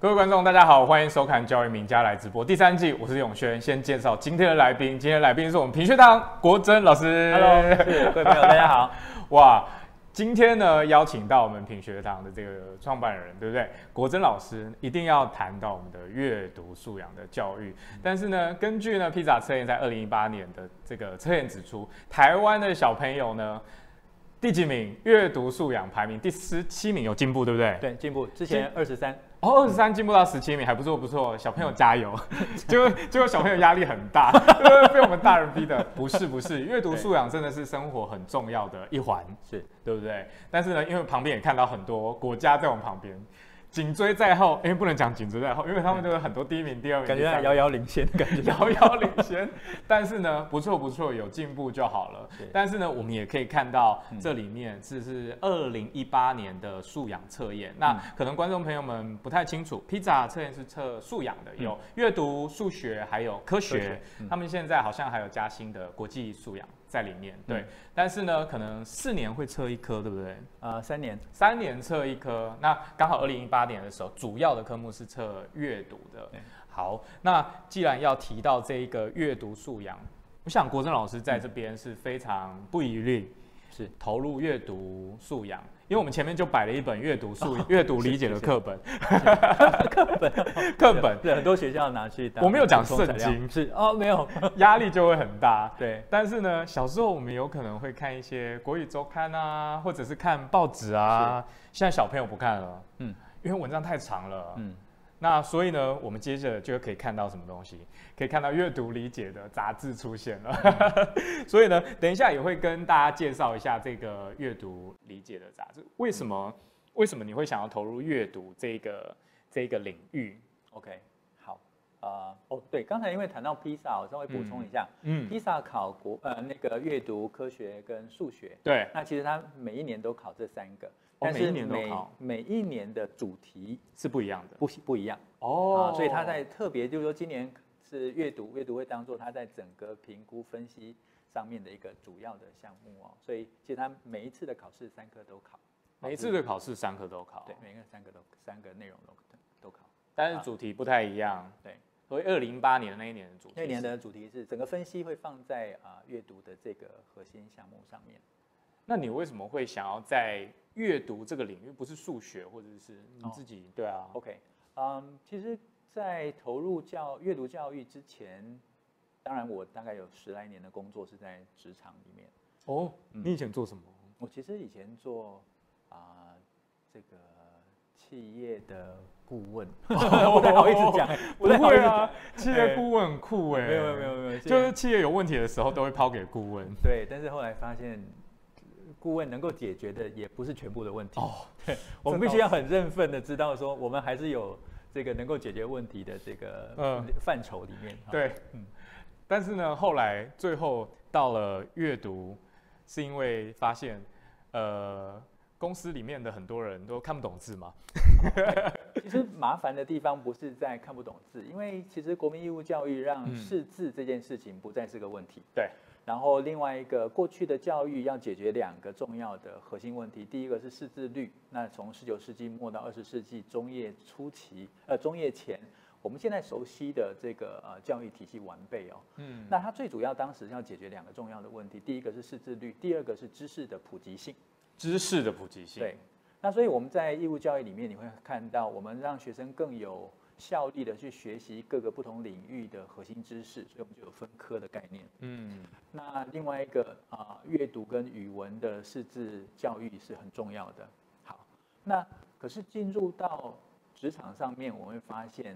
各位观众，大家好，欢迎收看《教育名家来直播》第3季，我是永轩。先介绍今天的来宾，今天的来宾是我们品学堂国珍老师。 Hello， 各位朋友，大家好。 哇，今天呢邀请到我们品学堂的这个创办人，对不对？国珍老师一定要谈到我们的阅读素养的教育。但是呢，根据呢披萨测验在2018年的这个测验指出，台湾的小朋友呢。第几名？阅读素养排名第17名，有进步，对不对？ 对，进步。之前23， 哦，23进步到17名，还不错不错。小朋友加油！结果小朋友压力很大，被我们大人逼的。不是，阅读素养真的是生活很重要的一环， 是对不对？但是呢，因为旁边也看到很多国家在我们旁边。紧追在后，不能讲紧追在后，因为他们都有很多第1名、第2名， 感觉遥遥领先的感觉， 遥遥领先。但是呢，不错，有进步就好了。但是呢，我们也可以看到这里面是2018年的素养测验。那可能观众朋友们不太清楚，披萨测验是测素养的，有阅读、数学还有科学。他们现在好像还有加新的国际素养在里面。对，但是呢，可能4年会测1科，对不对 ？3年 ，3年测1科。那刚好2018年的时候，主要的科目是测阅读的。好，那既然要提到这一个阅读素养，我想国珍老师在这边是非常不遗余力，是投入阅读素养，因为我们前面就摆了一本阅读理解的课本，课本， 对，很多学校拿去当。 我没有讲圣经， 是哦，没有， 压力就会很大。 对， 但是呢，小时候我们有可能会看一些国语周刊啊，或者是看报纸啊，现在小朋友不看了，因为文章太长了，那所以呢，我们接着就可以看到什么东西？可以看到阅读理解的杂志出现了。所以呢，等一下也会跟大家介绍一下这个阅读理解的杂志。为什么你会想要投入阅读这个领域 ？OK， 好，对，刚才因为谈到披萨，我稍微补充一下，披萨考那个阅读、科学跟数学， 对， 那其实它每一年都考这3个。但是每一年的主题是不一样的， 不一样所以他在特别就是说，今年是阅读会当做他在整个评估分析上面的一个主要的项目所以其实他每一次的考试3科都考， 每一次的考试3科都考， 对，每个3个内容都考， 但是主题不太一样， 对。 所以2018年的那一年的主题， 那年的主题是整个分析会放在阅读的这个核心项目上面。 那你为什么会想要在阅读这个领域，不是数学或者是你自己？对啊 ，OK， 其实，在投入阅读教育之前，当然我大概有10来年的工作是在职场里面。 你以前做什么？ 我其实以前做这个企业的顾问，不太好意思讲， 不会啊，企业顾问很酷没有， 就是企业有问题的时候都会抛给顾问。 对，但是后来发现。顾问能够解决的也不是全部的问题对，我们必须要很认份的知道说，我们还是有这个能够解决问题的这个范畴里面。 对，但是呢，后来最后到了阅读，是因为发现，公司里面的很多人都看不懂字嘛。 其实麻烦的地方不是在看不懂字，因为其实国民义务教育让识字这件事情不再是个问题。 对。 然后另外一个，过去的教育要解决2个重要的核心问题，第一个是识字率。那从19世纪末到20世纪中叶前，我们现在熟悉的这个教育体系完备那它最主要当时要解决2个重要的问题，第一个是识字率，第2个是知识的普及性。 知识的普及性。 对。那所以我们在义务教育里面，你会看到我们让学生更有效力的去学习各个不同领域的核心知识，所以我们就有分科的概念。那另外一个阅读跟语文的识字教育是很重要的。好，那可是进入到职场上面，我们会发现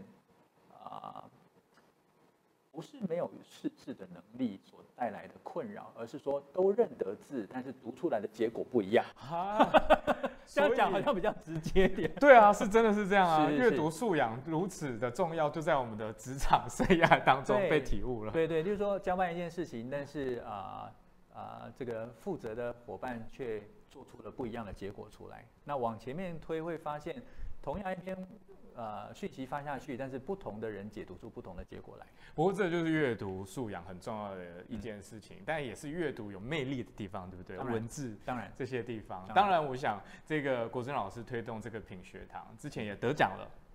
不是没有识字的能力所带来的困扰，而是说都认得字，但是读出来的结果不一样。这样讲好像比较直接点。 对啊，是真的是这样啊。阅读素养如此的重要，就在我们的职场生涯当中被体悟了。 对，就是说交办一件事情，但是这个负责的伙伴却做出了不一样的结果出来。那往前面推会发现，同样一篇讯息发下去，但是不同的人解读出不同的结果来。 不过这就是阅读素养很重要的一件事情，但也是阅读有魅力的地方，对不对？文字当然这些地方，当然我想这个国珍老师推动这个品学堂之前也得奖了。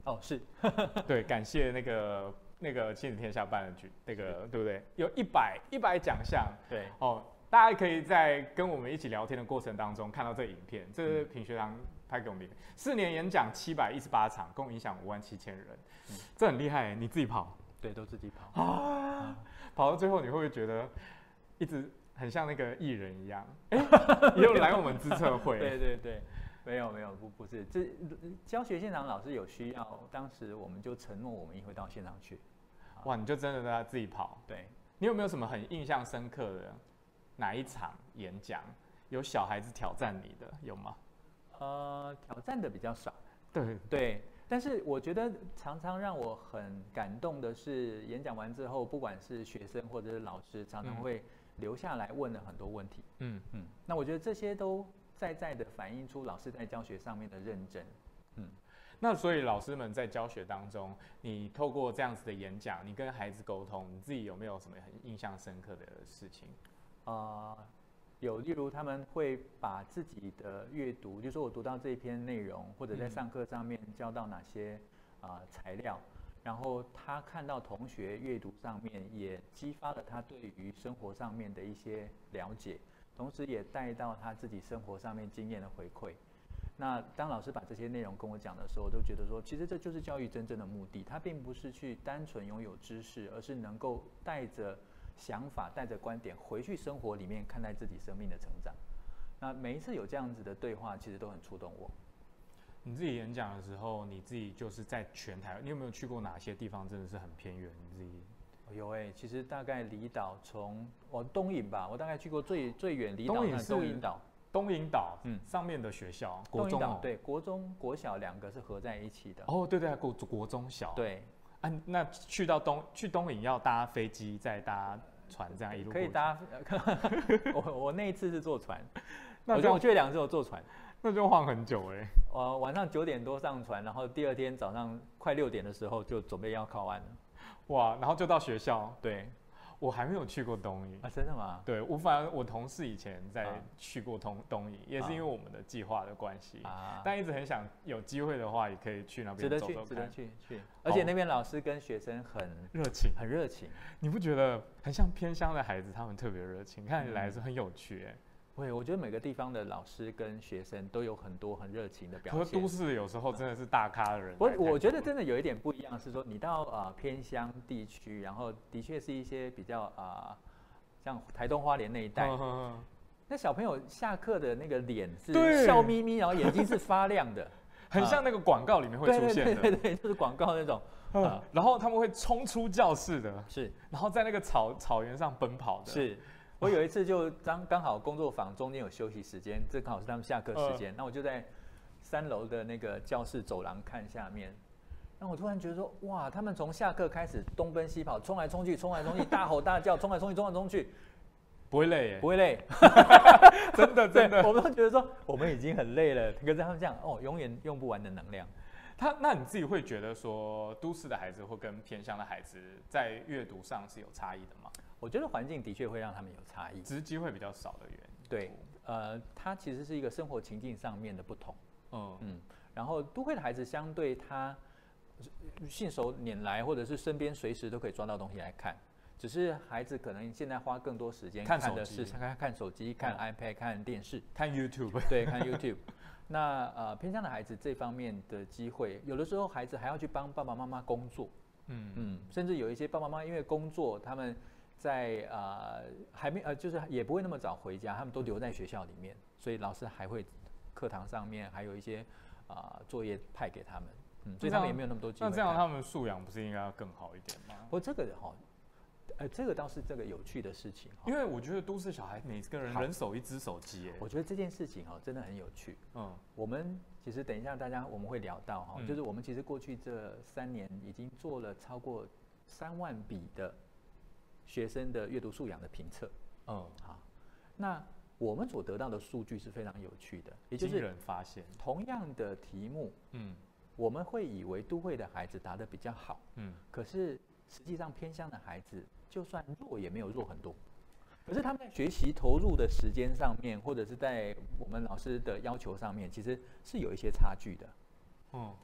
哦，是， 对，感谢那个亲子天下办的那个，对不对？有100奖项， 对， 哦，大家可以在跟我们一起聊天的过程当中看到这个影片，这是品学堂拍给我们的，4年演讲718场，共影响57000人，这很厉害，你自己跑？ 对，都自己跑啊， 跑到最后你会不会觉得一直很像那个艺人一样？也有来我们资策会？ 对。没有，不是，这教学现场老师有需要，当时我们就承诺我们也会到现场去。 哇，你就真的在自己跑？ 对， 你有没有什么很印象深刻的哪一场演讲有小孩子挑战你的，有吗？ 挑战的比较少。 对， 但是我觉得常常让我很感动的是，演讲完之后，不管是学生或者是老师，常常会留下来问了很多问题。那我觉得这些都在的反映出老师在教学上面的认真。 那所以老师们在教学当中，你透过这样子的演讲，你跟孩子沟通，你自己有没有什么很印象深刻的事情？ 有，例如他们会把自己的阅读，就是说我读到这一篇内容，或者在上课上面教到哪些材料，然后他看到同学阅读上面也激发了他对于生活上面的一些了解。同时也带到他自己生活上面经验的回馈。那当老师把这些内容跟我讲的时候，我都觉得说，其实这就是教育真正的目的。它并不是去单纯拥有知识，而是能够带着想法、带着观点回去生活里面看待自己生命的成长。那每一次有这样子的对话，其实都很触动我。 你自己演讲的时候，你自己就是在全台，你有没有去过哪些地方真的是很偏远？你自己？ 有其实大概离岛从东引吧，我大概去过最远离岛东引岛。 东引岛，上面的学校，国中对，国中、国小2个是合在一起的。 对，国中小。 对那去东引要搭飞机，再搭船，这样一路可以搭。我那一次是坐船， 我去了2次有坐船， 那就晃很久晚上9点多上船，然后第2天早上快6点的时候就准备要靠岸了。 哇，然后就到学校。 对， 我还没有去过东引真的吗？ 对，反正我同事以前去过东引，也是因为我们的计划的关系但一直很想有机会的话，也可以去那边走走看。 值得去。而且那边老师跟学生很热情。 你不觉得很像偏乡的孩子，他们特别热情，看起来是很有趣我觉得每个地方的老师跟学生都有很多很热情的表现。可是都市有时候真的是大咖的人。 我觉得真的有一点不一样，是说你到偏乡地区，然后的确是一些比较像台东花莲那一带，那小朋友下课的那个脸是笑眯眯，然后眼睛是发亮的， 很像那个广告里面会出现的。 对，就是广告那种。 然后他们会冲出教室的， 是， 然后在那个草原上奔跑的， 是。我有一次就刚好工作坊中间有休息时间，这刚好是他们下课时间，那我就在3楼的那个教室走廊看下面，然后我突然觉得说，哇，他们从下课开始东奔西跑，冲来冲去，大吼大叫，冲来冲去， 不会累不会累， 真的， 我们都觉得说我们已经很累了，可是他们这样永远用不完的能量。 那你自己会觉得说，都市的孩子会跟偏乡的孩子在阅读上是有差异的吗？ 我觉得环境的确会让他们有差异， 只是机会比较少的原因。 对，它其实是一个生活情境上面的不同。然后都会的孩子相对他信手拈来，或者是身边随时都可以抓到东西来看，只是孩子可能现在花更多时间看的是看手机、看 iPad、看电视、 看 YouTube。 对，看 YouTube。那偏乡的孩子这方面的机会，有的时候孩子还要去帮爸爸妈妈工作。甚至有一些爸爸妈妈因为工作，他们在还没就是也不会那么早回家，他们都留在学校里面，所以老师还会课堂上面还有一些作业派给他们，所以他们也没有那么多机会。 那这样他们素养不是应该要更好一点吗？ 这个这个倒是这个有趣的事情， 因为我觉得都市小孩每个人手一只手机， 我觉得这件事情真的很有趣。我们其实等一下我们会聊到就是我们其实过去这3年已经做了超过3万笔的学生的阅读素养的评测。那我们所得到的数据是非常有趣的，也就是惊人发现， 同样的题目，我们会以为都会的孩子答得比较好，可是实际上偏乡的孩子就算弱也没有弱很多，可是他们在学习投入的时间上面，或者是在我们老师的要求上面，其实是有一些差距的。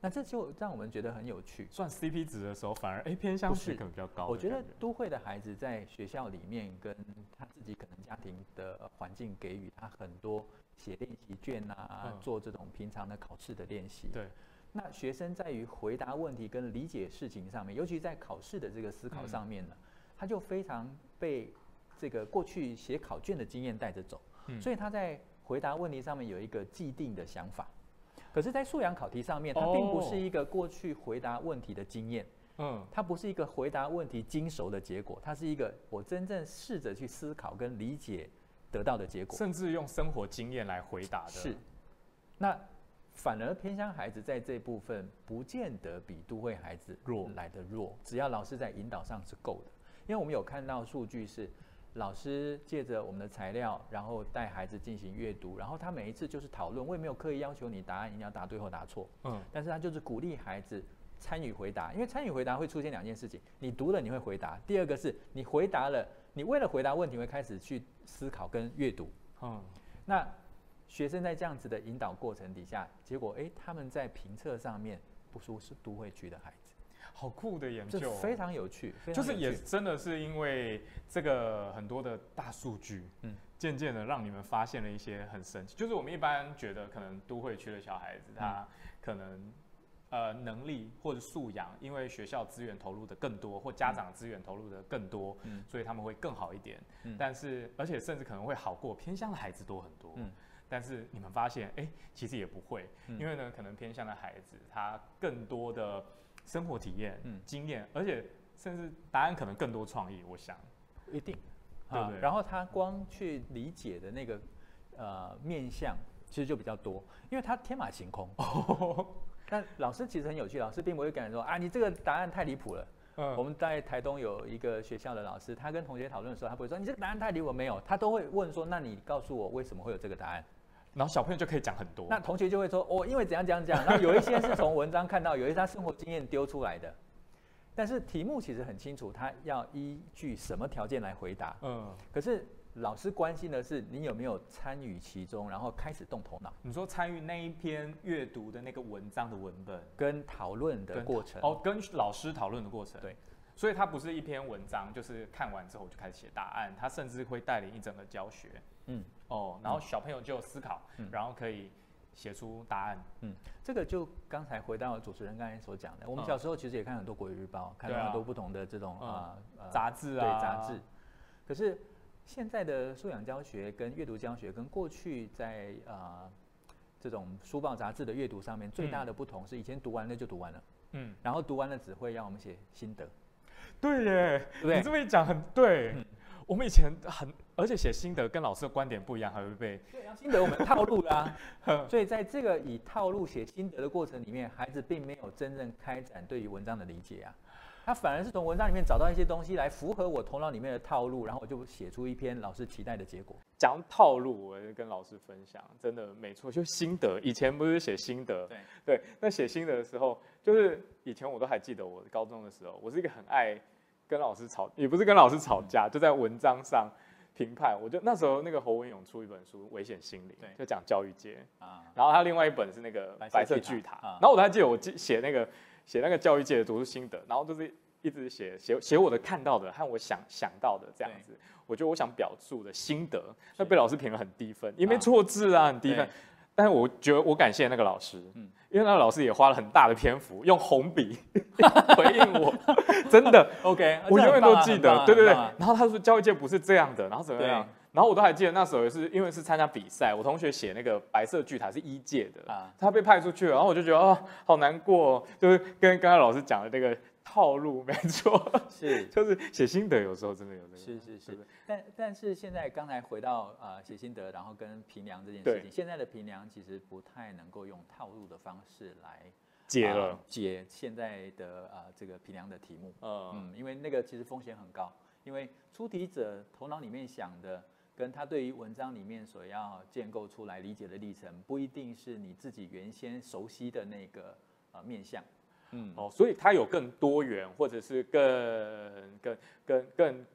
那这就让我们觉得很有趣。 算 CP 值的时候，反而偏乡值可能比较高。 我觉得都会的孩子在学校里面，跟他自己可能家庭的环境给予他很多写练习卷啊，做这种平常的考试的练习。 对。 那学生在于回答问题跟理解事情上面，尤其在考试的这个思考上面呢，他就非常被这个过去写考卷的经验带着走，所以他在回答问题上面有一个既定的想法。可是，在素养考题上面，它并不是一个过去回答问题的经验，它不是一个回答问题精熟的结果，它是一个我真正试着去思考跟理解得到的结果， 甚至用生活经验来回答的。 是，那反而偏乡孩子在这部分不见得比都会孩子来得弱，只要老师在引导上是够的，因为我们有看到数据是。老师借着我们的材料，然后带孩子进行阅读，然后他每一次就是讨论，我也没有刻意要求你答案一定要答对或答错，但是他就是鼓励孩子参与回答，因为参与回答会出现2件事情：你读了你会回答，第二个是你回答了，你为了回答问题会开始去思考跟阅读，那学生在这样子的引导过程底下，结果他们在评测上面不输是都会区的孩子。 好酷的研究， 这非常有趣， 就是也真的是因为这个很多的大数据，渐渐的让你们发现了一些很神奇。就是我们一般觉得可能都会区的小孩子，他可能能力或者素养，因为学校资源投入的更多，或家长资源投入的更多，所以他们会更好一点。但是而且甚至可能会好过偏乡的孩子多很多。但是你们发现，其实也不会，因为呢，可能偏乡的孩子他更多的生活体验、经验，而且甚至答案可能更多创意，我想一定， 对不对？ 然后他光去理解的那个面向，其实就比较多，因为他天马行空。但老师其实很有趣，老师并不会跟人说啊，你这个答案太离谱了。我们在台东有一个学校的老师，他跟同学讨论的时候，他不会说你这个答案太离谱，没有，他都会问说，那你告诉我为什么会有这个答案？ 然后小朋友就可以讲很多， 那同学就会说因为怎样讲，然后有一些是从文章看到，有一些他生活经验丢出来的，但是题目其实很清楚，他要依据什么条件来回答。可是老师关心的是你有没有参与其中，然后开始动头脑。 你说参与那一篇阅读的那个文章的文本跟讨论的过程， 跟老师讨论的过程， 对。 所以它不是一篇文章，就是看完之后就开始写答案，它甚至会带领一整个教学。然后小朋友就有思考，然后可以写出答案。 这个就刚才回到主持人刚才所讲的，我们小时候其实也看很多国语日报，看到很多不同的这种杂志啊， 对杂志。可是现在的素养教学跟阅读教学跟过去在这种书报杂志的阅读上面最大的不同是，以前读完了就读完了，然后读完了只会让我们写心得。 对耶，对，你这么一讲很对。我们以前而且写心得跟老师的观点不一样，还会被心得我们套路啦。所以在这个以套路写心得的过程里面，孩子并没有真正开展对于文章的理解啊，他反而是从文章里面找到一些东西来符合我头脑里面的套路，然后我就写出一篇老师期待的结果。 讲套路，我就跟老师分享，真的没错，就心得。以前不是写心得，对，那写心得的时候，就是以前我都还记得，我高中的时候，我是一个很爱跟老师吵，也不是跟老师吵架，就在文章上评判。我就那时候那个侯文勇出一本书《危险心灵》，就讲教育界然后他另外一本是那个白色巨塔，然后我还记得我写那个教育界的读书心得，然后就是一直写我的看到的和我想到的这样子。我觉得我想表述的心得，那被老师评了很低分，也没错字啊，很低分。但是我觉得我感谢那个老师，因为那个老师也花了很大的篇幅用红笔回应我，真的 OK， 我永远都记得，对。然后他说教育界不是这样的，然后怎么样？然后我都还记得那时候也是因为是参加比赛，我同学写那个白色巨塔是1届的，他被派出去了，然后我就觉得好难过，就是跟刚才老师讲的那个套路没错， 是就是写心得有时候真的有那个， 是。但是现在刚才回到写心得，然后跟评量这件事情，现在的评量其实不太能够用套路的方式来解现在的这个评量的题目，因为那个其实风险很高，因为出题者头脑里面想的跟他对于文章里面所要建构出来理解的历程，不一定是你自己原先熟悉的那个面向。 所以它有更多元，或者是更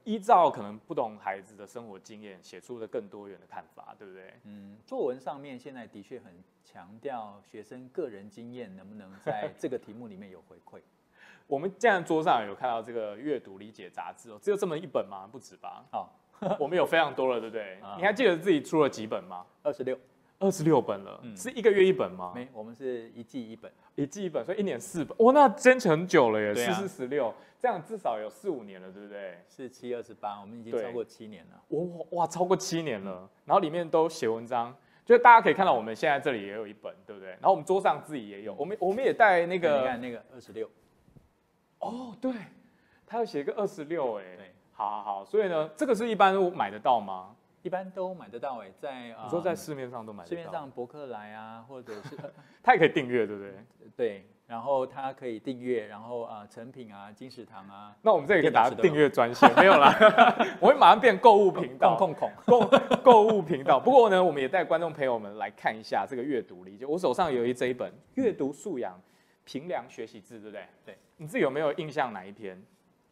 依照可能不同孩子的生活经验，写出了更多元的看法，对不对？ 作文上面现在的确很强调学生个人经验能不能在这个题目里面有回馈。 我们现在桌上有看到这个阅读理解杂志哦，只有这么一本吗？不止吧？我们有非常多了，对不对？你还记得自己出了几本吗？26本了，是1个月1本吗？ 没，我们是1季1本 ，1季1本，所以1年4本。哇，那真很久了耶，4、4、16，这样至少有4、5年了，对不对 ？4、7、28，我们已经超过7年了。 哇，超过7年了。然后里面都写文章，就是大家可以看到，我们现在这里也有一本，对不对？然后我们桌上自己也有，我们也带那个， 你看那个26。 哦，对，他要写一个26，哎，对，好，所以呢，这个是一般买得到吗？ 一般都买得到，在你说在市面上都买得到？ 市面上博客来啊，或者是它也可以订阅，对不对？ 对，然后它可以订阅，然后成品啊、金石堂啊， 那我们这里可以打订阅专线，没有啦，我会马上变购物频道，购物频道。不过呢，我们也带观众朋友们来看一下这个阅读理解。我手上有这一本《阅读素养评量学习志》，对不对？ 对， 你自己有没有印象哪一篇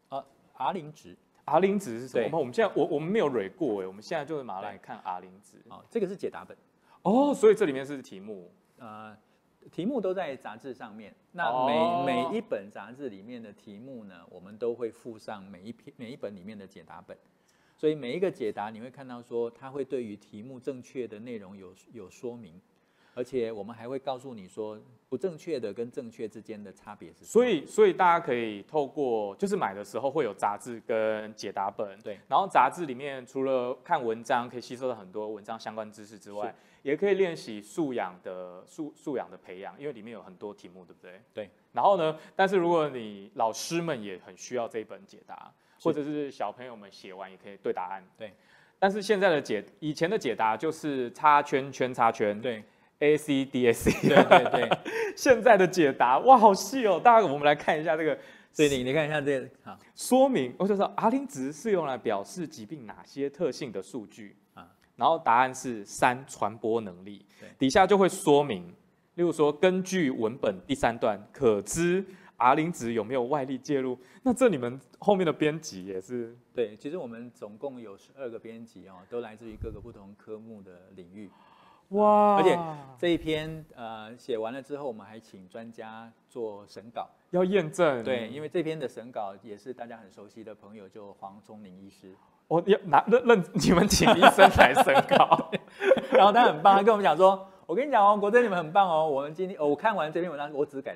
R 零值。 R 零值是什么？我们现在我们没有蕊过哎，我们现在就是马上来看 R 零值。 这个是解答本。 所以这里面是题目。 题目都在杂志上面。那每一本杂志里面的题目呢，我们都会附上每一本里面的解答本。所以每一个解答你会看到说，它会对于题目正确的内容有说明。而且我们还会告诉你说，不正确的跟正确之间的差别是什么。 所以大家可以透过就是买的时候会有杂志跟解答本， 对。 然后杂志里面除了看文章可以吸收到很多文章相关知识之外，也可以练习素养的培养，因为里面有很多题目，对不对？ 对。 然后呢，但是如果你老师们也很需要这一本解答，或者是小朋友们写完也可以对答案， 对。 但是现在的以前的解答就是叉圈圈叉圈， 对。 ACDSC， 对， 现在的解答哇，好细哦！大家我们来看一下这个， 所以你看一下这个说明，我就说 R 零值是用来表示疾病哪些特性的数据然后答案是3传播能力，底下就会说明，例如说根据文本第3段可知 R 零值有没有外力介入，那这你们后面的编辑也是对，其实我们总共有12个编辑都来自于各个不同科目的领域。 哇！ 而且这一篇写完了之后，我们还请专家做审稿， 要验证。 对，因为这篇的审稿也是大家很熟悉的朋友，就黄聪宁医师。 要你们请医生来审稿， 然后他很棒，他跟我们讲说：“我跟你讲哦，国珍你们很棒哦，我们今天我看完这篇文章，我只改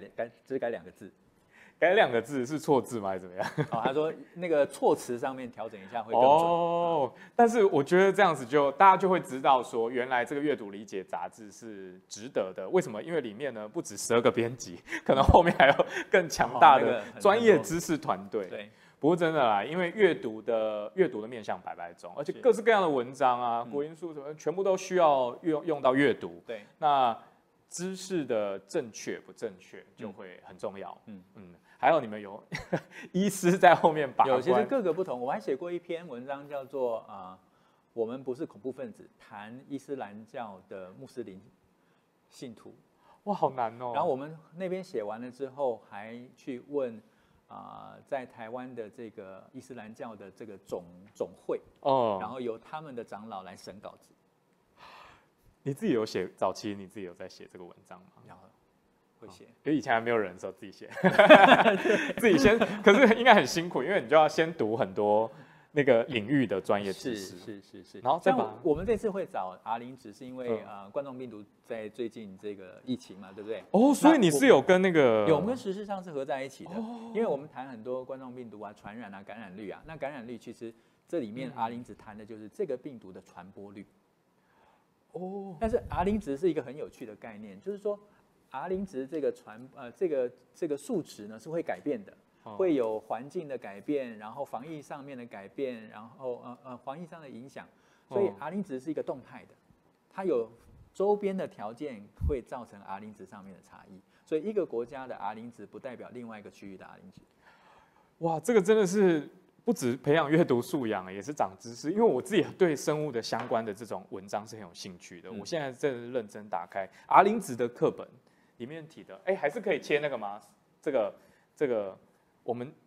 2个字。” 改2个字是错字吗？还是怎么样？ 他说那个措辞上面调整一下会更准。 但是我觉得这样子大家就会知道说，原来这个阅读理解杂志是值得的。为什么？因为里面呢不止12个编辑，可能后面还有更强大的专业知识团队。 对， 不过真的啦，因为阅读的面向百百种，而且各式各样的文章啊、国英数什么，全部都需要用到阅读。 对， 那知识的正确不正确就会很重要。还有你们有医师在后面把关， 有，其实各个不同。我还写过一篇文章，叫做我们不是恐怖分子，谈伊斯兰教的穆斯林信徒。 哇，好难哦。 然后我们那边写完了之后，还去问在台湾的这个伊斯兰教的这个总会然后由他们的长老来审稿子。 你自己有写早期，你自己有在写这个文章吗？ 会写， 因为以前还没有人的时候自己写，自己先，可是应该很辛苦，因为你就要先读很多那个领域的专业知识， 是， 然后再把我们这次会找 R 零值，是因为冠状病毒在最近这个疫情嘛，对不对？ 所以你是有跟那个我们跟时事上是合在一起的，因为我们谈很多冠状病毒啊、传染啊、感染率啊，那感染率其实这里面 R 零值谈的就是这个病毒的传播率。但是 R 零值是一个很有趣的概念，就是说。R 零值这个这个数值呢是会改变的，会有环境的改变，然后防疫上面的改变，然后防疫上的影响，所以 R 零值是一个动态的，它有周边的条件会造成 R 零值上面的差异，所以一个国家的 R 零值不代表另外一个区域的 R 零值。 哇，这个真的是不止培养阅读素养，也是长知识。因为我自己对生物的相关的这种文章是很有兴趣的，我现在正认真打开 R 零值的课本。里面提的，还是可以切那个吗？这个，我们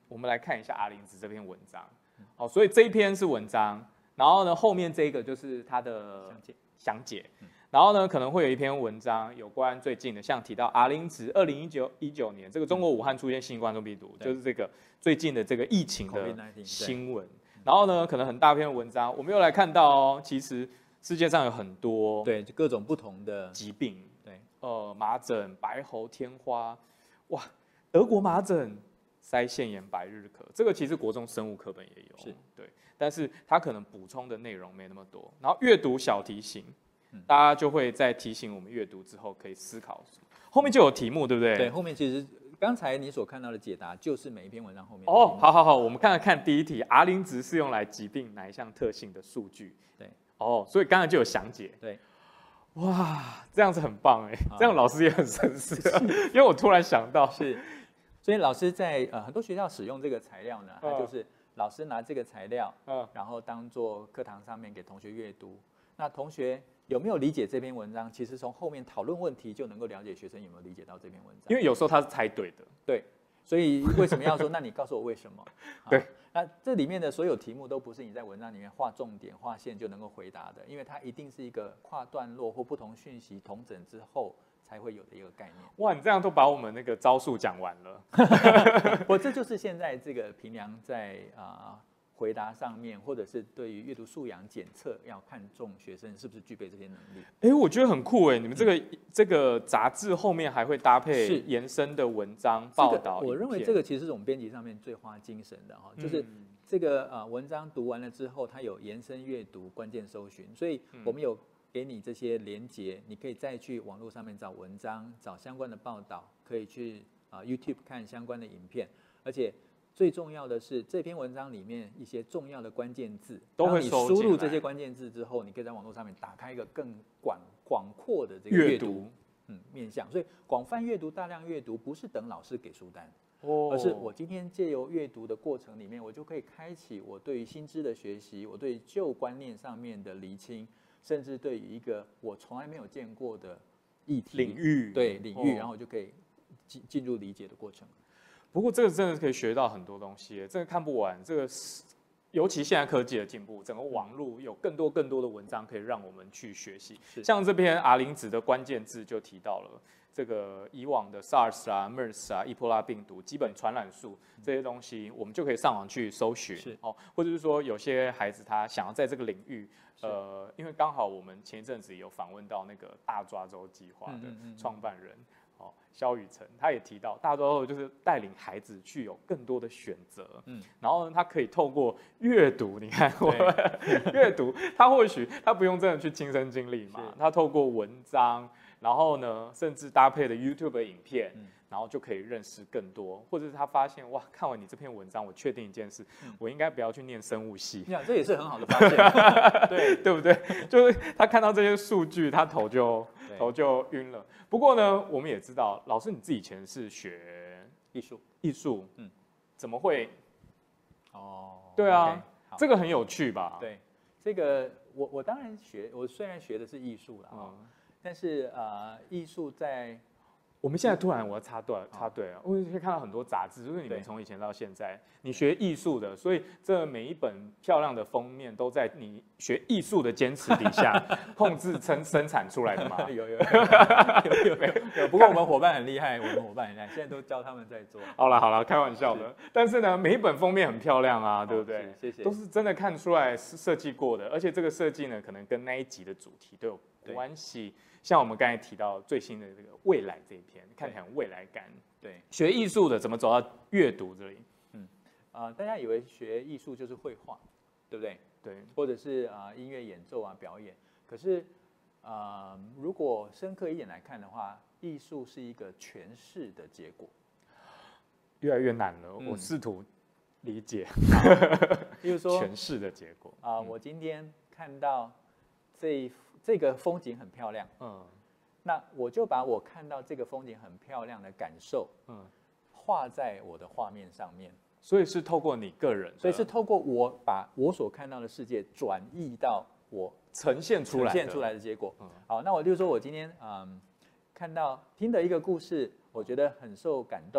我们来看一下阿玲子这篇文章。好，所以这一篇是文章，然后呢，后面这个就是它的详解。然后呢，可能会有一篇文章有关最近的，像提到阿玲子2019年这个中国武汉出现新冠状病毒，就是这个最近的这个疫情的新闻。然后呢，可能很大篇文章，我们又来看到哦，其实世界上有很多对各种不同的疾病， 对， 麻疹、白喉、天花，哇，德国麻疹、腮腺炎、百日咳，这个其实国中生物课本也有， 是对，但是它可能补充的内容没那么多。然后阅读小提醒，大家就会在提醒我们阅读之后可以思考，后面就有题目，对不对？ 对，后面其实刚才你所看到的解答就是每一篇文章后面。 哦，好，我们看第一题，R 零值是用来疾病哪一项特性的数据？ 对， 哦，所以刚才就有详解。 对， 哇，这样子很棒哎，这样老师也很深思，因为我突然想到是，所以老师在很多学校使用这个材料呢，它就是老师拿这个材料，然后当做课堂上面给同学阅读。那同学有没有理解这篇文章？其实从后面讨论问题就能够了解学生有没有理解到这篇文章。 因为有时候他是猜对的。 对，所以为什么要说？那你告诉我为什么？ 对， 那这里面的所有题目都不是你在文章里面画重点、画线就能够回答的，因为它一定是一个跨段落或不同讯息统整之后才会有的一个概念。 哇，你这样都把我们那个招数讲完了。 这就是现在这个评量在回答上面，或者是对于阅读素养检测，要看重学生是不是具备这些能力。 我觉得很酷哎！你们这个杂志后面还会搭配延伸的文章报道。 我认为这个其实是我们编辑上面最花精神的哈，就是这个文章读完了之后，它有延伸阅读、关键搜寻，所以我们有给你这些连结，你可以再去网络上面找文章、找相关的报道，可以去YouTube 看相关的影片，而且最重要的是，这篇文章里面一些重要的关键字， 都会当你输入这些关键字之后，你可以在网络上面打开一个更广阔的这个阅读面向。所以广泛阅读、大量阅读，不是等老师给书单，而是我今天借由阅读的过程里面，我就可以开启我对于新知的学习，我对旧观念上面的厘清，甚至对于一个我从来没有见过的议题领域， 然后我就可以进入理解的过程。 不过这个真的可以学到很多东西，这个看不完。这个尤其现在科技的进步，整个网络有更多的文章可以让我们去学习。像这篇阿玲子的关键字就提到了这个以往的 SARS 啊、MERS 啊、伊波拉病毒、基本传染数这些东西，我们就可以上网去搜寻。或者是说有些孩子他想要在这个领域，因为刚好我们前一阵子有访问到那个大抓周计划的创办人。萧雨辰他也提到，大抓周就是带领孩子去有更多的选择，然后呢，他可以透过阅读，你看我阅读，他或许他不用真的去亲身经历嘛，他透过文章，然后呢，甚至搭配的 YouTube 的影片，然后就可以认识更多，或者是他发现哇，看完你这篇文章，我确定一件事，我应该不要去念生物系， 这也是很好的发现， 对不对？就是他看到这些数据，他头就晕了。不过呢，我们也知道，老师你自己以前是学艺术，怎么会？对啊，这个很有趣吧？ 对，这个我当然我虽然学的是艺术啦，但是艺术在。 我们现在突然我要插队啊！我可以看到很多杂志，就是你们从以前到现在，你学艺术的，所以这每一本漂亮的封面都在你学艺术的坚持底下控制生产出来的嘛？ 有。不过我们伙伴很厉害，现在都教他们在做。 好了，开玩笑的。但是呢，每一本封面很漂亮啊，对不对？ 谢谢。 都是真的看出来是设计过的，而且这个设计呢，可能跟那一集的主题都有关系。像我们刚才提到最新的这个未来这一篇，看起来很未来感。 对， 学艺术的怎么走到阅读这里？ 大家以为学艺术就是绘画，对不对？ 对， 或者是音乐演奏啊表演。可是如果深刻一点来看的话，艺术是一个诠释的结果。 越来越难了，我试图理解。 比如说诠释的结果我今天看到这个风景很漂亮，那我就把我看到这个风景很漂亮的感受，画在我的画面上面。 所以是透过你个人， 所以是透过我把我所看到的世界转译到我呈现出来的结果。好，那我就说我今天听的一个故事，我觉得很受感动。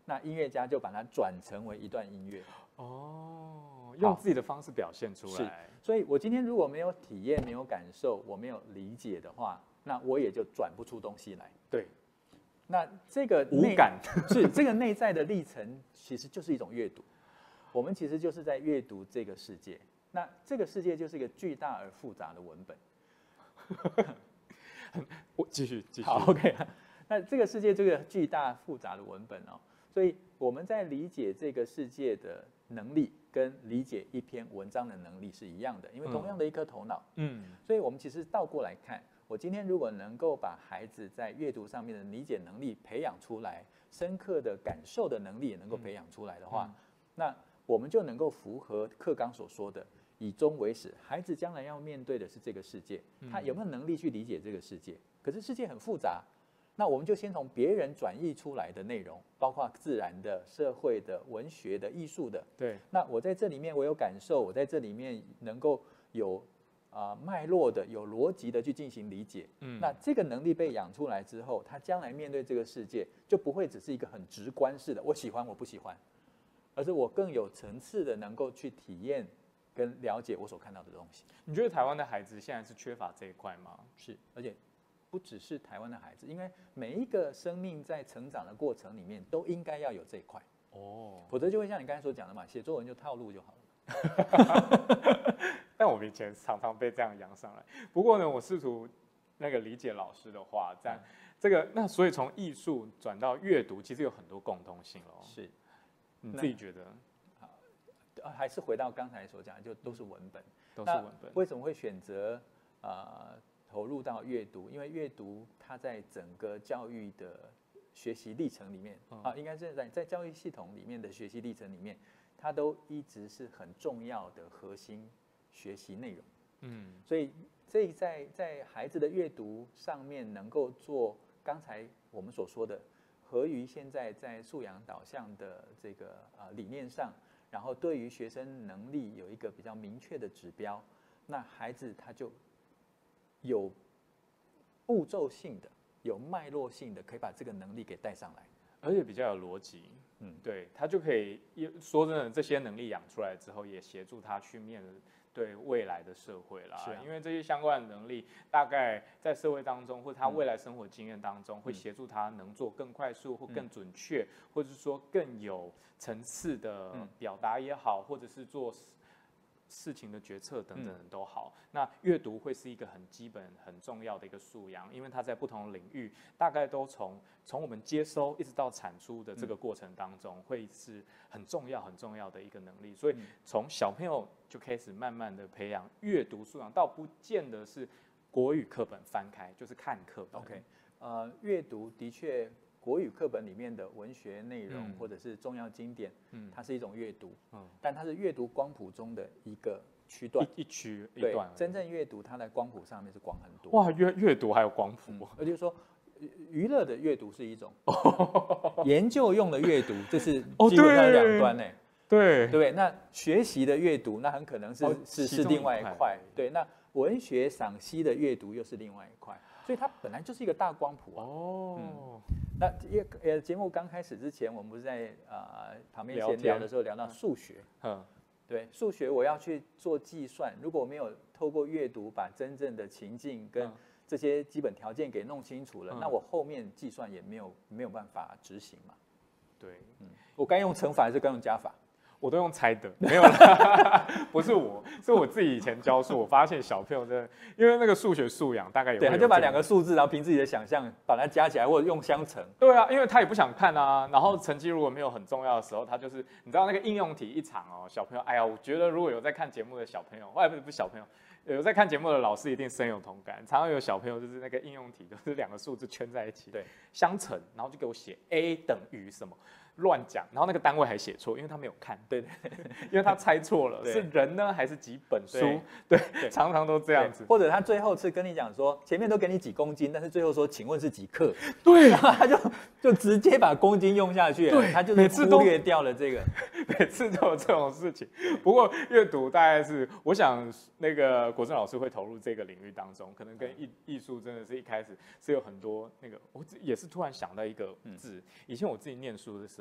那音乐家就把它转成为一段音乐。 哦，用自己的方式表现出来。 所以我今天如果没有体验、没有感受、我没有理解的话，那我也就转不出东西来。 对。 那这个无感是这个内在的历程，其实就是一种阅读。我们其实就是在阅读这个世界。那这个世界就是一个巨大而复杂的文本。 我继续。 好 ，OK。那这个世界这个巨大复杂的文本哦，所以我们在理解这个世界的能力，跟理解一篇文章的能力是一样的，因为同样的一颗头脑。所以我们其实倒过来看，我今天如果能够把孩子在阅读上面的理解能力培养出来，深刻的感受的能力也能够培养出来的话，那我们就能够符合课纲所说的以终为始。孩子将来要面对的是这个世界，他有没有能力去理解这个世界？可是世界很复杂，那我们就先从别人转译出来的内容，包括自然的、社会的、文学的、艺术的。 对。 那我在这里面我有感受，我在这里面能够有脉络的、有逻辑的去进行理解。那这个能力被养出来之后，他将来面对这个世界就不会只是一个很直观式的我喜欢我不喜欢，而是我更有层次的能够去体验跟了解我所看到的东西。 你觉得台湾的孩子现在是缺乏这一块吗？ 是，而且不只是台湾的孩子，因为每一个生命在成长的过程里面都应该要有这一块。否则就会像你刚才所讲的嘛，写作文就套路就好了。 但我们以前常常被这样扬上来。不过呢，我试图那个理解老师的话，在这个那所以从艺术转到阅读，其实有很多共通性咯。 是， 你自己觉得？ 还是回到刚才所讲，就都是文本， 都是文本。 为什么会选择投入到阅读？因为阅读它在整个教育的学习历程里面应该是在教育系统里面的学习历程里面，它都一直是很重要的核心学习内容。所以这在孩子的阅读上面能够做刚才我们所说的，合于现在在素养导向的这个理念上，然后对于学生能力有一个比较明确的指标，那孩子他就有步骤性的、有脉络性的，可以把这个能力给带上来， 而且比较有逻辑。对，他就可以说真的，这些能力养出来之后，也协助他去面对未来的社会啦。因为这些相关的能力，大概在社会当中，或者他未来生活经验当中，会协助他能做更快速或更准确，或者是说更有层次的表达也好，或者是做事情的决策等等都好。那阅读会是一个很基本、很重要的一个素养，因为它在不同领域，大概都从我们接收一直到产出的这个过程当中，会是很重要的一个能力。所以从小朋友就开始慢慢的培养阅读素养，倒不见得是国语课本翻开，就是看课本。 OK，阅读的确。国语课本里面的文学内容或者是重要经典，它是一种阅读，但它是阅读光谱中的一个区段， 一段。 真正阅读它在光谱上面是广很多。 哇，阅读还有光谱， 也就是说，娱乐的阅读是一种，研究用的阅读这是基本上两端呢。对不对？那学习的阅读，那很可能是另外一块。对，那文学赏析的阅读又是另外一块。所以它本来就是一个大光谱那节目刚开始之前，我们不是在旁边闲聊的时候聊到数学，对，数学我要去做计算，如果我没有透过阅读把真正的情境跟这些基本条件给弄清楚了，那我后面计算也没有办法执行嘛。 对， 我该用乘法还是该用加法？ 我都用猜的，没有啦，不是我，是我自己以前教书，我发现小朋友真的，因为那个数学素养大概有， 对，他就把两个数字，然后凭自己的想象把它加起来，或者用相乘。 对啊，因为他也不想看啊，然后成绩如果没有很重要的时候，他就是你知道那个应用题一场哦，小朋友，哎呀，我觉得如果有在看节目的小朋友，不是小朋友，有在看节目的老师一定深有同感，常常有小朋友就是那个应用题都是两个数字圈在一起， 对， 相乘，然后就给我写 A 等于什么。乱讲，然后那个单位还写错，因为他没有看， 对， 因为他猜错了，是人呢还是几本书？对，常常都这样子。 或者他最后是跟你讲说，前面都给你几公斤，但是最后说，请问是几克？ 对， 然后他就直接把公斤用下去， 对， 他就是忽略掉了这个， 每次都有这种事情。不过阅读大概是，我想那个国正老师会投入这个领域当中，可能跟艺术真的是一开始是有很多那个，我也是突然想到一个字，以前我自己念书的时候。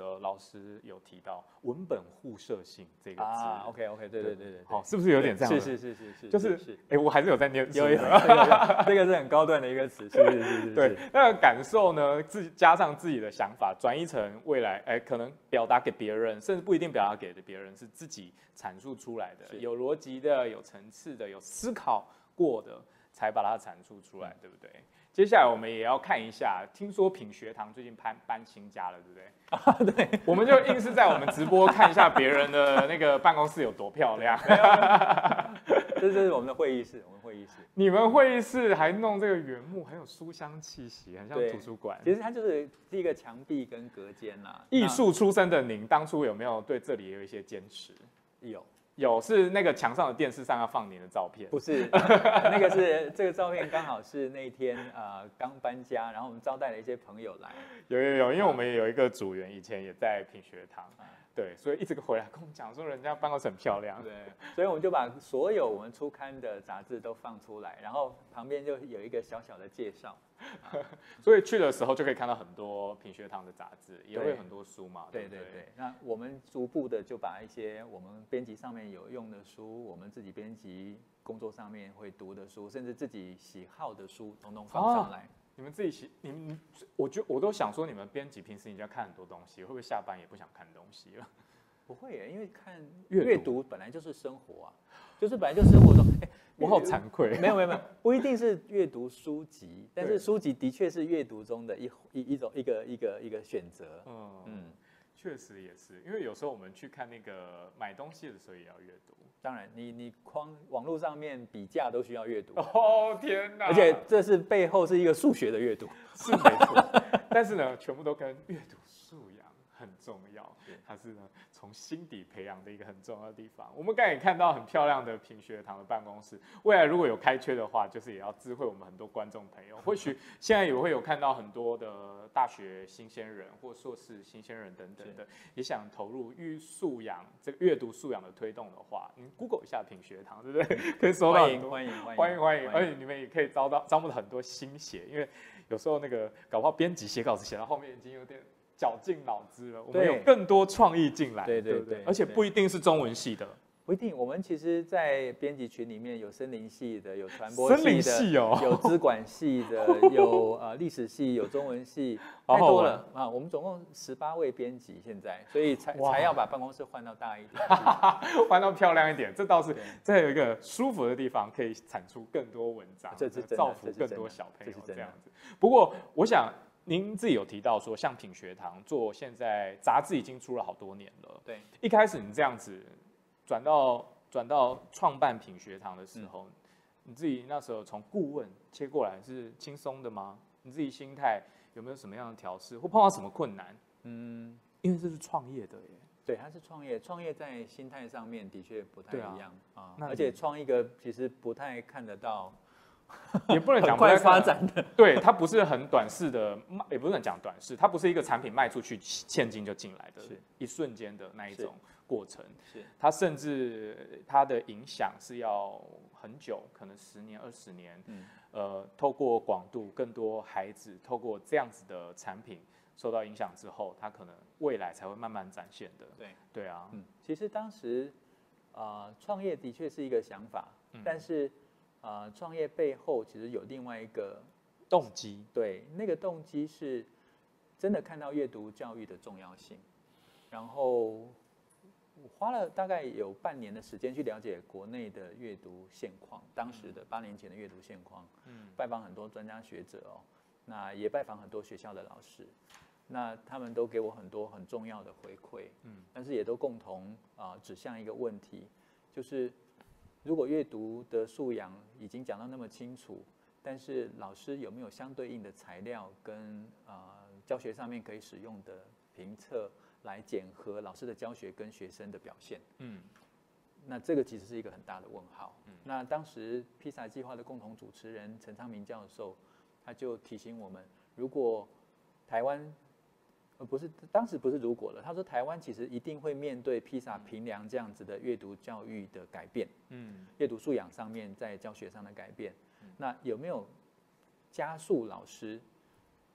的老师有提到文本互射性这个字。 OK， 对， 好，是不是有点这样？ 是， 就是我还是有在念书。 有，这个是很高段的一个词，是。 对，那个感受呢，加上自己的想法，转移成未来，可能表达给别人，甚至不一定表达给别人，是自己阐述出来的，有逻辑的，有层次的，有思考过的，才把它阐述出来，对不对？接下来我们也要看一下，听说品学堂最近搬新家了，对不对？ 对， 我们就硬是在我们直播看一下别人的那个办公室有多漂亮。 这是我们的会议室， 你们会议室还弄这个原木，很有书香气息，很像图书馆。 其实它就是一个墙壁跟隔间啦。 艺术出身的您，当初有没有对这里有一些坚持？有，是那个墙上的电视上要放您的照片？ 不是，那个是这个照片刚好是那天刚搬家，然后我们招待了一些朋友来。 有，因为我们也有一个组员以前也在品学堂。对，所以一直回来跟我们讲说，人家办公室很漂亮。 对，所以我们就把所有我们初刊的杂志都放出来，然后旁边就有一个小小的介绍。 所以去的时候就可以看到很多品学堂的杂志，也会有很多书嘛。对。 那我们逐步的就把一些我们编辑上面有用的书，我们自己编辑工作上面会读的书，甚至自己喜好的书，统统放上来。 你们自己我都想说，你们编辑平时你就要看很多东西，会不会下班也不想看东西了？ 不会耶，因为看阅读本来就是生活啊，就是本来就生活中。 我好惭愧。 没有，不一定是阅读书籍，但是书籍的确是阅读中的一个选择。 确实也是，因为有时候我们去看那个买东西的时候也要阅读。 当然，你网络上面比价都需要阅读。 哦天哪！ 而且这是背后是一个数学的阅读， 是没错。但是呢，全部都跟阅读素养很重要，它是呢从心底培养的一个很重要的地方。我们刚才也看到很漂亮的品学堂的办公室，未来如果有开缺的话，就是也要知会我们很多观众朋友。或许现在也会有看到很多的大学新鲜人或硕士新鲜人等等的，也想投入素养这个阅读素养的推动的话，你 Google 一下品学堂，对不对？可以收到很多欢迎， 而且你们也可以招募很多新血，因为有时候那个搞不好编辑写稿子写到后面已经有点绞尽脑汁了，我们有更多创意进来，对不对？而且不一定是中文系的， 不一定。我们其实，在编辑群里面有森林系的，有传播系的，有资管系的，有历史系，有中文系，太多了啊！我们总共18位编辑现在，所以才要把办公室换到大一点， 换到漂亮一点。这倒是，这有一个舒服的地方，可以产出更多文章，造福更多小朋友这样子。不过，我想。您自己有提到说，像品学堂做现在杂志已经出了好多年了。 对， 一开始你这样子转到创办品学堂的时候，你自己那时候从顾问切过来是轻松的吗？你自己心态有没有什么样的调试，或碰到什么困难？因为这是创业的耶。 对，它是创业，创业在心态上面的确不太一样啊。而且创一个其实不太看得到。 也不能讲快发展的， 对，它不是很短视的，也不能讲短视，它不是一个产品卖出去现金就进来的，一瞬间的那一种过程。是，它甚至它的影响是要很久，可能10年、20年。透过广度，更多孩子透过这样子的产品受到影响之后，它可能未来才会慢慢展现的。对啊。 其实当时创业的确是一个想法，但是。创业背后其实有另外一个动机， 对，那个动机是真的看到阅读教育的重要性，然后我花了大概有半年的时间去了解国内的阅读现况，当时的8年前的阅读现况，拜访很多专家学者那也拜访很多学校的老师，那他们都给我很多很重要的回馈，但是也都共同指向一个问题，就是。如果阅读的素养已经讲到那么清楚，但是老师有没有相对应的材料跟教学上面可以使用的评测来检核老师的教学跟学生的表现？那这个其实是一个很大的问号。那当时披萨计划的共同主持人陈昌明教授，他就提醒我们，如果台湾当时不是如果了。他说台湾其实一定会面对披萨评量这样子的阅读教育的改变，阅读素养上面在教学上的改变，那有没有加速老师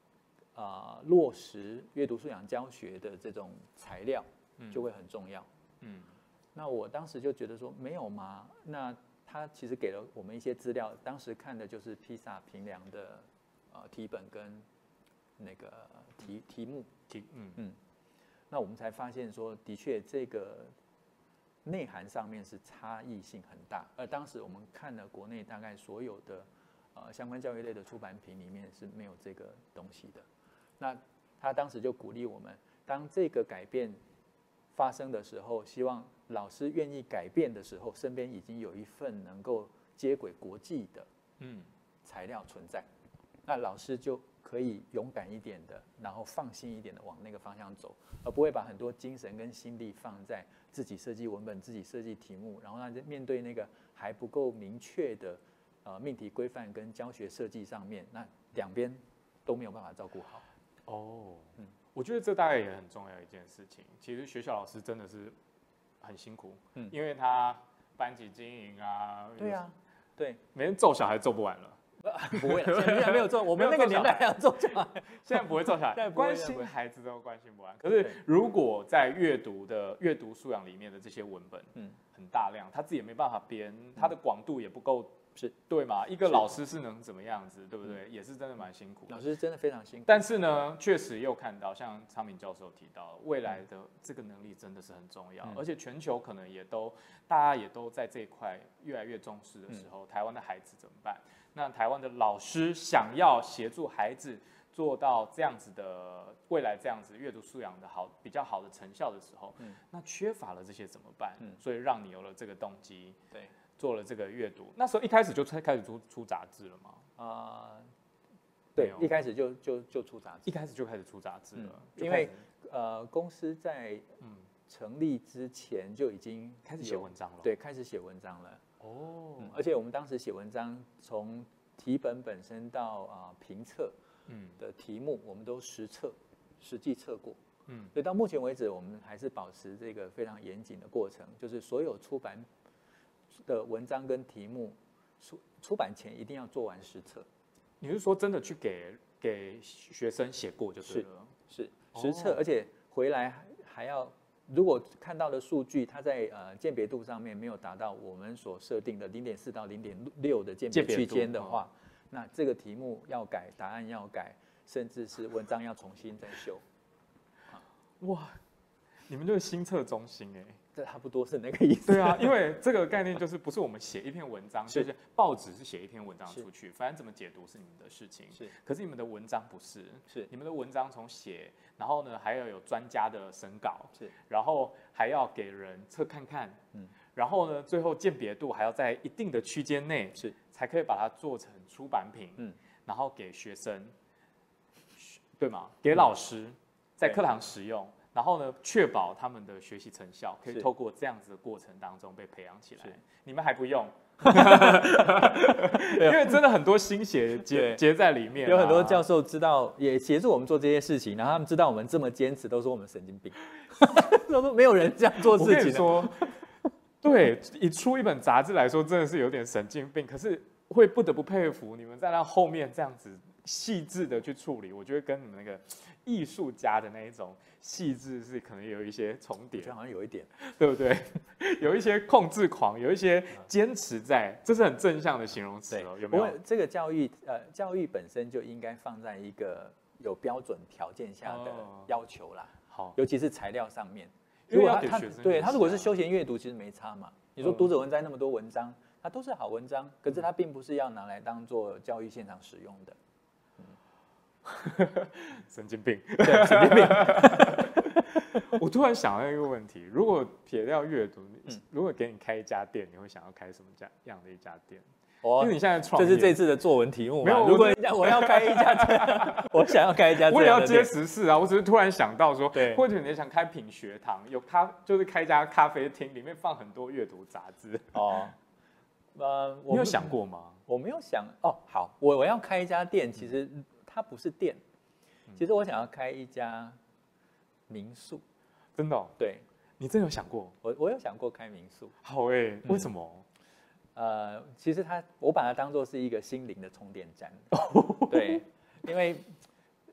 落实阅读素养教学的这种材料就会很重要。那我当时就觉得说没有吗？那他其实给了我们一些资料，当时看的就是披萨评量的题本跟那个题目。那我们才发现说，的确这个内涵上面是差异性很大。而当时我们看了国内大概所有的相关教育类的出版品里面是没有这个东西的。那他当时就鼓励我们，当这个改变发生的时候，希望老师愿意改变的时候，身边已经有一份能够接轨国际的材料存在，那老师就可以勇敢一点的，然后放心一点的往那个方向走，而不会把很多精神跟心力放在自己设计文本、自己设计题目，然后让面对那个还不够明确的命题规范跟教学设计上面，那两边都没有办法照顾好。 我觉得这大概也很重要一件事情。其实学校老师真的是很辛苦，因为他班级经营啊， 对啊，对， 每天揍小孩揍不完了。 不会了，现在没有揍，我们那个年代还要揍小孩， 现在不会揍小孩，关心孩子都关心不完。可是如果在阅读素养里面的这些文本，很大量，他自己也没办法编，他的广度也不够。是对嘛？一个老师是能怎么样子，对不对？也是真的蛮辛苦的。 老师真的非常辛苦。 但是呢，确实又看到，像昌明教授提到，未来的这个能力真的是很重要，而且全球可能大家也都在这一块越来越重视的时候，台湾的孩子怎么办？那台湾的老师想要协助孩子做到这样子的未来这样子阅读素养的比较好的成效的时候，那缺乏了这些怎么办？所以让你有了这个动机，对。做了这个阅读，那时候一开始就开始出杂志了吗？ 对，一开始就出杂志， 一开始就开始出杂志了， 因为公司在成立之前就已经开始写文章了， 对，开始写文章了。而且我们当时写文章，从题本本身到评测的题目，我们都实际测过。所以到目前为止，我们还是保持这个非常严谨的过程，就是所有出版的文章跟题目出版前一定要做完实测。 你是说真的去给学生写过就对了？ 是实测，而且回来还要，如果看到的数据它在鉴别度上面没有达到我们所设定的0.4到0.6的鉴别区间的话，那这个题目要改，答案要改，甚至是文章要重新再修。 哇，你们就是新测中心哎。 这差不多是那个意思。 对啊，因为这个概念就是不是我们写一篇文章，就是报纸是写一篇文章出去，反正怎么解读是你们的事情。可是你们的文章不是，你们的文章从写，然后呢还要有专家的审稿，然后还要给人测看看，然后呢最后鉴别度还要在一定的区间内，才可以把它做成出版品，然后给学生，对吗？给老师在课堂使用。然后呢，确保他们的学习成效可以透过这样子的过程当中被培养起来。你们还不用，因为真的很多心血结在里面。 有很多教授知道，也协助我们做这些事情，然后他们知道我们这么坚持，都说我们神经病，都说没有人这样做事情。我跟你说，对，以出一本杂志来说，真的是有点神经病。可是会不得不佩服你们在那后面这样子细致的去处理，我觉得跟你们那个艺术家的那一种细致是可能有一些重叠， 我觉得好像有一点， 对不对？有一些控制狂，有一些坚持在，这是很正向的形容词哦，有没有？ 这个教育本身就应该放在一个有标准条件下的要求啦，好，尤其是材料上面。 如果他如果是休闲阅读，其实没差嘛。你说读者文摘那么多文章，它都是好文章，可是它并不是要拿来当做教育现场使用的。 神经病， 对，神经病。 我突然想到一个问题：如果撇掉阅读，如果给你开一家店，你会想要开什么样的一家店？因为你现在创业， 这是这次的作文题目嘛。没有，如果我要开一家店，我想要开一家店， 我也要接时事啊。我只是突然想到说，或者你想开品学堂，就是开一家咖啡厅，里面放很多阅读杂志。哦，你有想过吗？ 我没有想哦。好，我要开一家店，其实它不是店，其实我想要开一家民宿。 真的？对，你真有想过？ 我有想过开民宿。 好哎，为什么？ 其实我把它当作是一个心灵的充电站。对，因为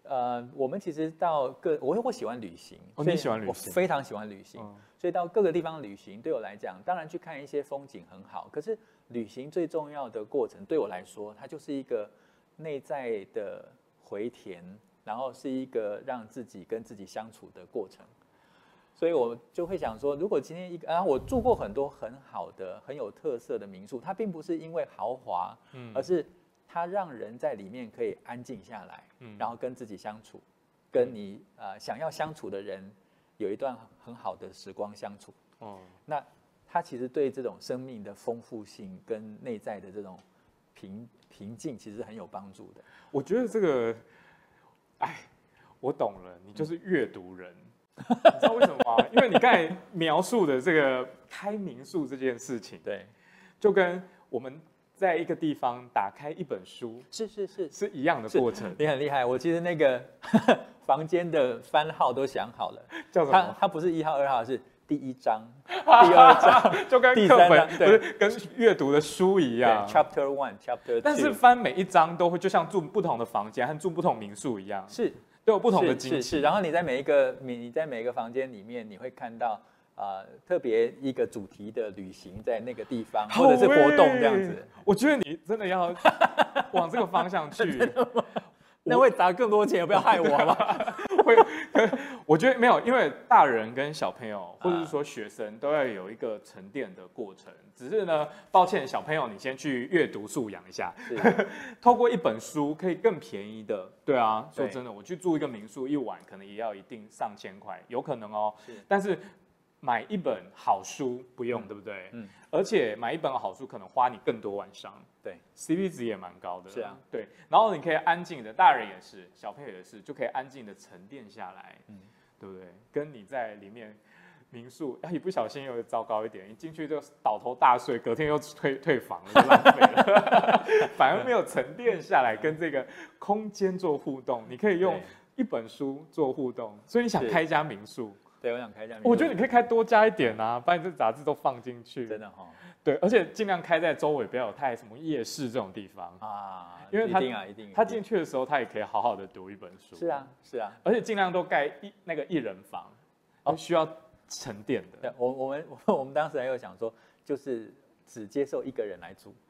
我们其实到我喜欢旅行， 你喜欢旅行？ 我非常喜欢旅行，所以到各个地方旅行对我来讲，当然去看一些风景很好，可是旅行最重要的过程对我来说，它就是一个内在的回填，然后是一个让自己跟自己相处的过程。所以我就会想说，如果今天我住过很多很好的、很有特色的民宿，它并不是因为豪华，而是它让人在里面可以安静下来，然后跟自己相处，跟你想要相处的人有一段很好的时光相处。那它其实对这种生命的丰富性跟内在的这种平静，其实很有帮助的。 我觉得这个，我懂了，你就是阅读人。你知道为什么吗？因为你刚才描述的这个开民宿这件事情， 对， 就跟我们在一个地方打开一本书，是一样的过程。 你很厉害，我其实那个房间的番号都想好了， 叫什么？ 它不是1号、2号，是第1章、第2章， 就跟课本不是跟阅读的书一样。 Chapter 1、Chapter 2。 但是翻每一章都会就像住不同的房间和住不同民宿一样， 是。 都有不同的惊喜。 然后你在每一个房间里面，你会看到特别一个主题的旅行在那个地方，或者是活动这样子。 我觉得你真的要往这个方向去。 那会砸更多钱，不要害我嘛。 会，我觉得没有，因为大人跟小朋友，或者是说学生，都要有一个沉淀的过程。只是呢，抱歉，小朋友，你先去阅读素养一下。透过一本书可以更便宜的，对啊，说真的，我去住一个民宿，一晚可能也要一定上千块，有可能哦。但是买一本好书不用，对不对？而且买一本好书可能花你更多晚上。 对 ，CP 值也蛮高的。 是啊， 对，然后你可以安静的，大人也是，小朋友也是，就可以安静的沉淀下来，对不对？跟你在里面民宿，一不小心又糟糕一点，一进去就倒头大睡，隔天又退房了，就浪费了，反而没有沉淀下来，跟这个空间做互动。你可以用一本书做互动，所以你想开一家民宿。 对，我想开一家民宿。 我觉得你可以开多加一点啊，把你这杂志都放进去。 真的哈。 对，而且尽量开在周围，不要有太什么夜市这种地方啊，因为一定他进去的时候，他也可以好好的读一本书。 是啊， 而且尽量都盖那个1人房，需要沉淀的。 我们当时还有想说，就是只接受1个人来住。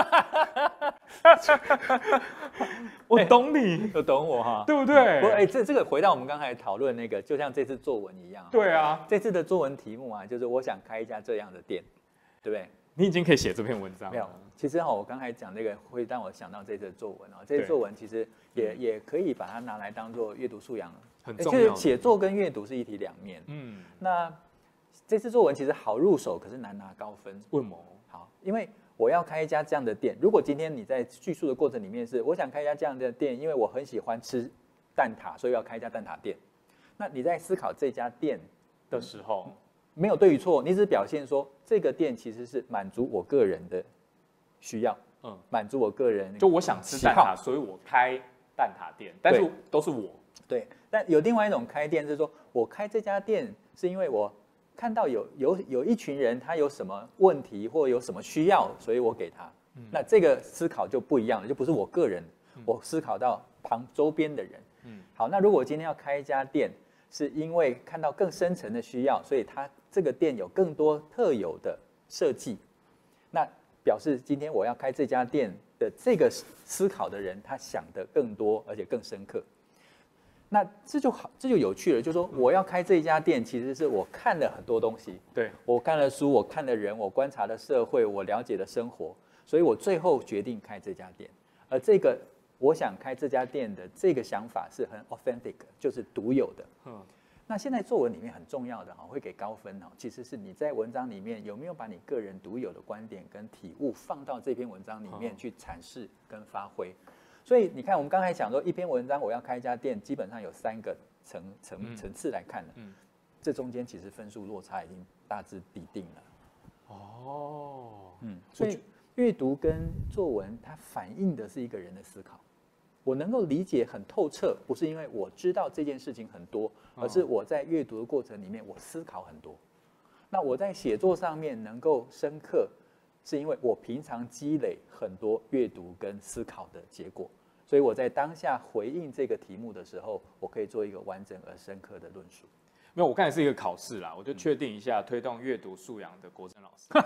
我懂你， 有懂我哈， 对不对？ 这个回到我们刚才讨论那个，就像这次作文一样。 对啊， 这次的作文题目啊，就是我想开一家这样的店，对不对？ 你已经可以写这篇文章了。 没有，其实我刚才讲那个会让我想到这次的作文这次作文其实也可以把它拿来当做阅读素养， 很重要。 就是写作跟阅读是一体两面。那这次作文其实好入手，可是难拿高分。 为什么？ 好，因为我要开一家这样的店。如果今天你在叙述的过程里面是我想开一家这样的店，因为我很喜欢吃蛋挞，所以要开一家蛋挞店。那你在思考这家店的时候， 没有对与错，你只表现说这个店其实是满足我个人的需要，满足我个人， 就我想吃蛋挞，所以我开蛋挞店，但是都是我。 对，但有另外一种开店是说，我开这家店是因为我看到有一群人他有什么问题或有什么需要，所以我给他。那这个思考就不一样了，就不是我个人，我思考到周边的人。好，那如果我今天要开一家店，是因为看到更深层的需要，所以他这个店有更多特有的设计，那表示今天我要开这家店的这个思考的人，他想的更多而且更深刻。那这就有趣了，就是说我要开这一家店，其实是我看了很多东西， 对， 我看了书，我看了人，我观察了社会，我了解了生活，所以我最后决定开这家店。而这个我想开这家店的这个想法是很 authentic， 就是独有的。那现在作文里面很重要的会给高分其实是你在文章里面有没有把你个人独有的观点跟体悟放到这篇文章里面去阐释跟发挥。所以你看，我们刚才讲说一篇文章我要开一家店，基本上有3个层次来看的。这中间其实分数落差已经大致底定了。所以阅读跟作文它反映的是一个人的思考。我能够理解很透彻，不是因为我知道这件事情很多，而是我在阅读的过程里面我思考很多。那我在写作上面能够深刻，是因为我平常积累很多阅读跟思考的结果。 所以我在当下回应这个题目的时候，我可以做一个完整而深刻的论述。 没有，我刚才是一个考试啦，我就确定一下推动阅读素养的国珍老师。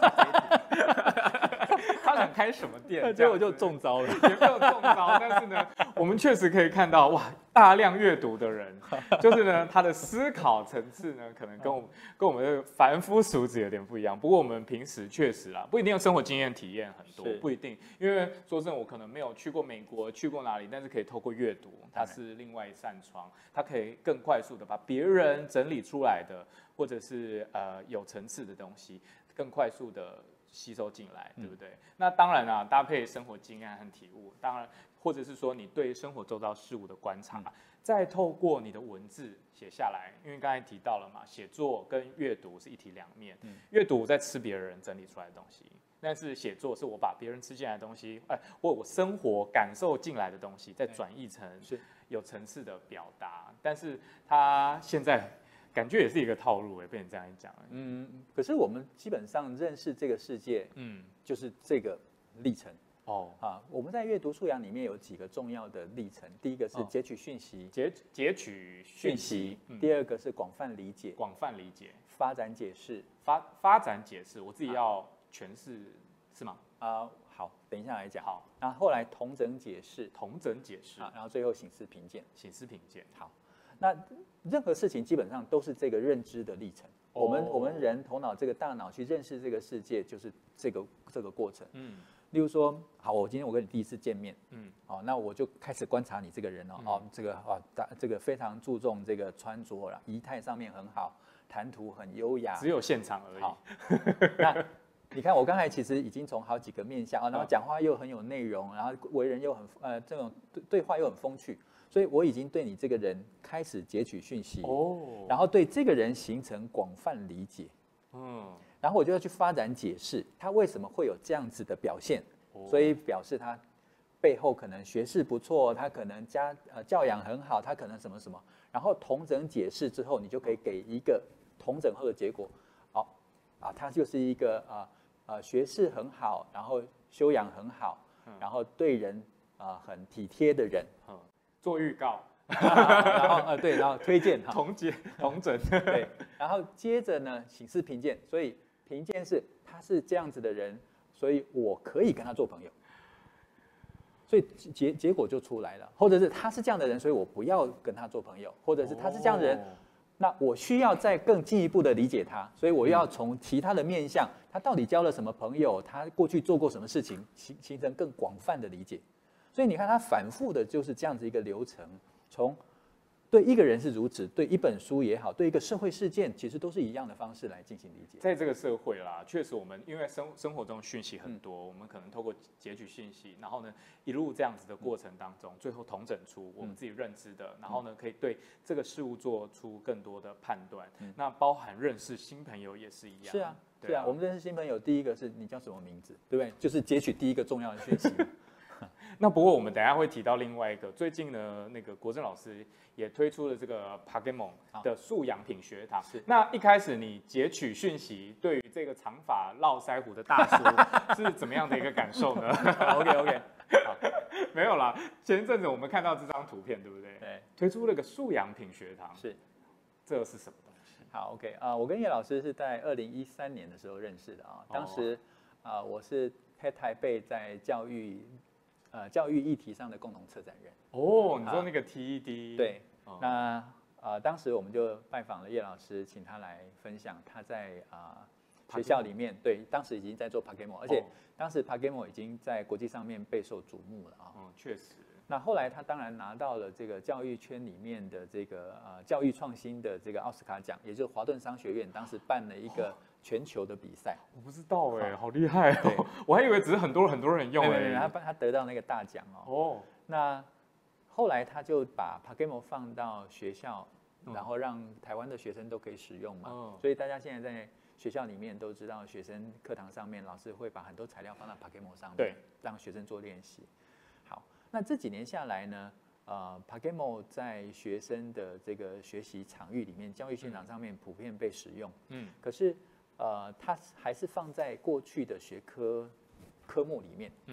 他想开什么店？ 结果就中招了， 也没有中招，但是呢，我们确实可以看到，哇，大量阅读的人，就是呢，他的思考层次呢，可能跟我们的凡夫俗子有点不一样。不过我们平时确实啦，不一定有生活经验体验很多，不一定，因为说真的，我可能没有去过美国，去过哪里，但是可以透过阅读，它是另外一扇窗，它可以更快速的把别人整理出来的，或者是有层次的东西，更快速的吸收进来，对不对？那当然啊，搭配生活经验和体悟，当然，或者是说你对生活周遭事物的观察，再透过你的文字写下来，因为刚才提到了嘛，写作跟阅读是一体两面。阅读我在吃别人整理出来的东西，但是写作是我把别人吃进来的东西，或我生活感受进来的东西，再转译成有层次的表达。但是它现在感觉也是一个套路，被你这样一讲。 可是我们基本上认识这个世界，就是这个历程。我们在阅读素养里面有几个重要的历程。第一个是截取讯息， 截取讯息。 第二个是广泛理解，发展解释， 发展解释，我自己要诠释是吗？ 好，等一下来讲。好，然后后来统整解释，然后最后省思评鉴，好。那任何事情基本上都是这个认知的历程。我们人头脑这个大脑去认识这个世界，就是这个过程。例如说，好，我今天跟你第一次见面，那我就开始观察你这个人这个非常注重这个穿着啦，仪态上面很好，谈吐很优雅， 只有现场而已。 好，那你看我刚才其实已经从好几个面向然后讲话又很有内容，然后为人又很这种对话又很风趣。所以我已经对你这个人开始截取讯息，然后对这个人形成广泛理解，然后我就要去发展解释他为什么会有这样子的表现，所以表示他背后可能学识不错，他可能教养很好，他可能什么什么，然后统整解释之后，你就可以给一个统整后的结果，他就是一个学识很好，然后修养很好，然后对人很体贴的人。 做预告， 然后推荐统整， 对，然后接着呢，省思评鉴，所以评鉴是他是这样子的人，所以我可以跟他做朋友，所以结果就出来了，或者是他是这样的人，所以我不要跟他做朋友，或者是他是这样的人，那我需要再更进一步的理解他，所以我要从其他的面向，他到底交了什么朋友，他过去做过什么事情，形成更广泛的理解。所以你看，他反复的就是这样子一个流程，从对一个人是如此，对一本书也好，对一个社会事件，其实都是一样的方式来进行理解。 在这个社会啦，确实我们因为生活中讯息很多，我们可能透过截取讯息，然后呢一路这样子的过程当中，最后统整出我们自己认知的，然后呢可以对这个事物做出更多的判断。那包含认识新朋友也是一样。 是啊，对啊，我们认识新朋友，第一个是你叫什么名字，对不对？就是截取第一个重要的讯息。 那不过我们等一下会提到另外一个，最近呢，那个国珍老师也推出了这个 Pokemon 的素养品学堂。那一开始你截取讯息，对于这个长发络腮胡的大叔是怎么样的一个感受呢 ？OK， 好，没有啦。前一阵子我们看到这张图片，对不对？ 对， 推出了个素养品学堂。这是什么东西？ 好 ，OK 我跟叶老师是在2013年的时候认识的当时我是台北在教育议题上的共同策展人。 你说那个 TED？ 对，那当时我们就拜访了叶老师，请他来分享他在学校里面，对，当时已经在做 Pokemon， 而且当时 Pokemon 已经在国际上面备受瞩目了确实。 那后来他当然拿到了这个教育圈里面的这个教育创新的这个奥斯卡奖，也就是华顿商学院当时办了一个全球的比赛。 我不知道好厉害我还以为只是很多人用他得到那个大奖那后来他就把 Pokemon 放到学校，然后让台湾的学生都可以使用嘛。所以大家现在在学校里面都知道，学生课堂上面老师会把很多材料放到 Pokemon 上面， 对， 让学生做练习。好，那这几年下来呢，Pokemon 在学生的这个学习场域里面，教育现场上面普遍被使用。可是它还是放在过去的学科目里面。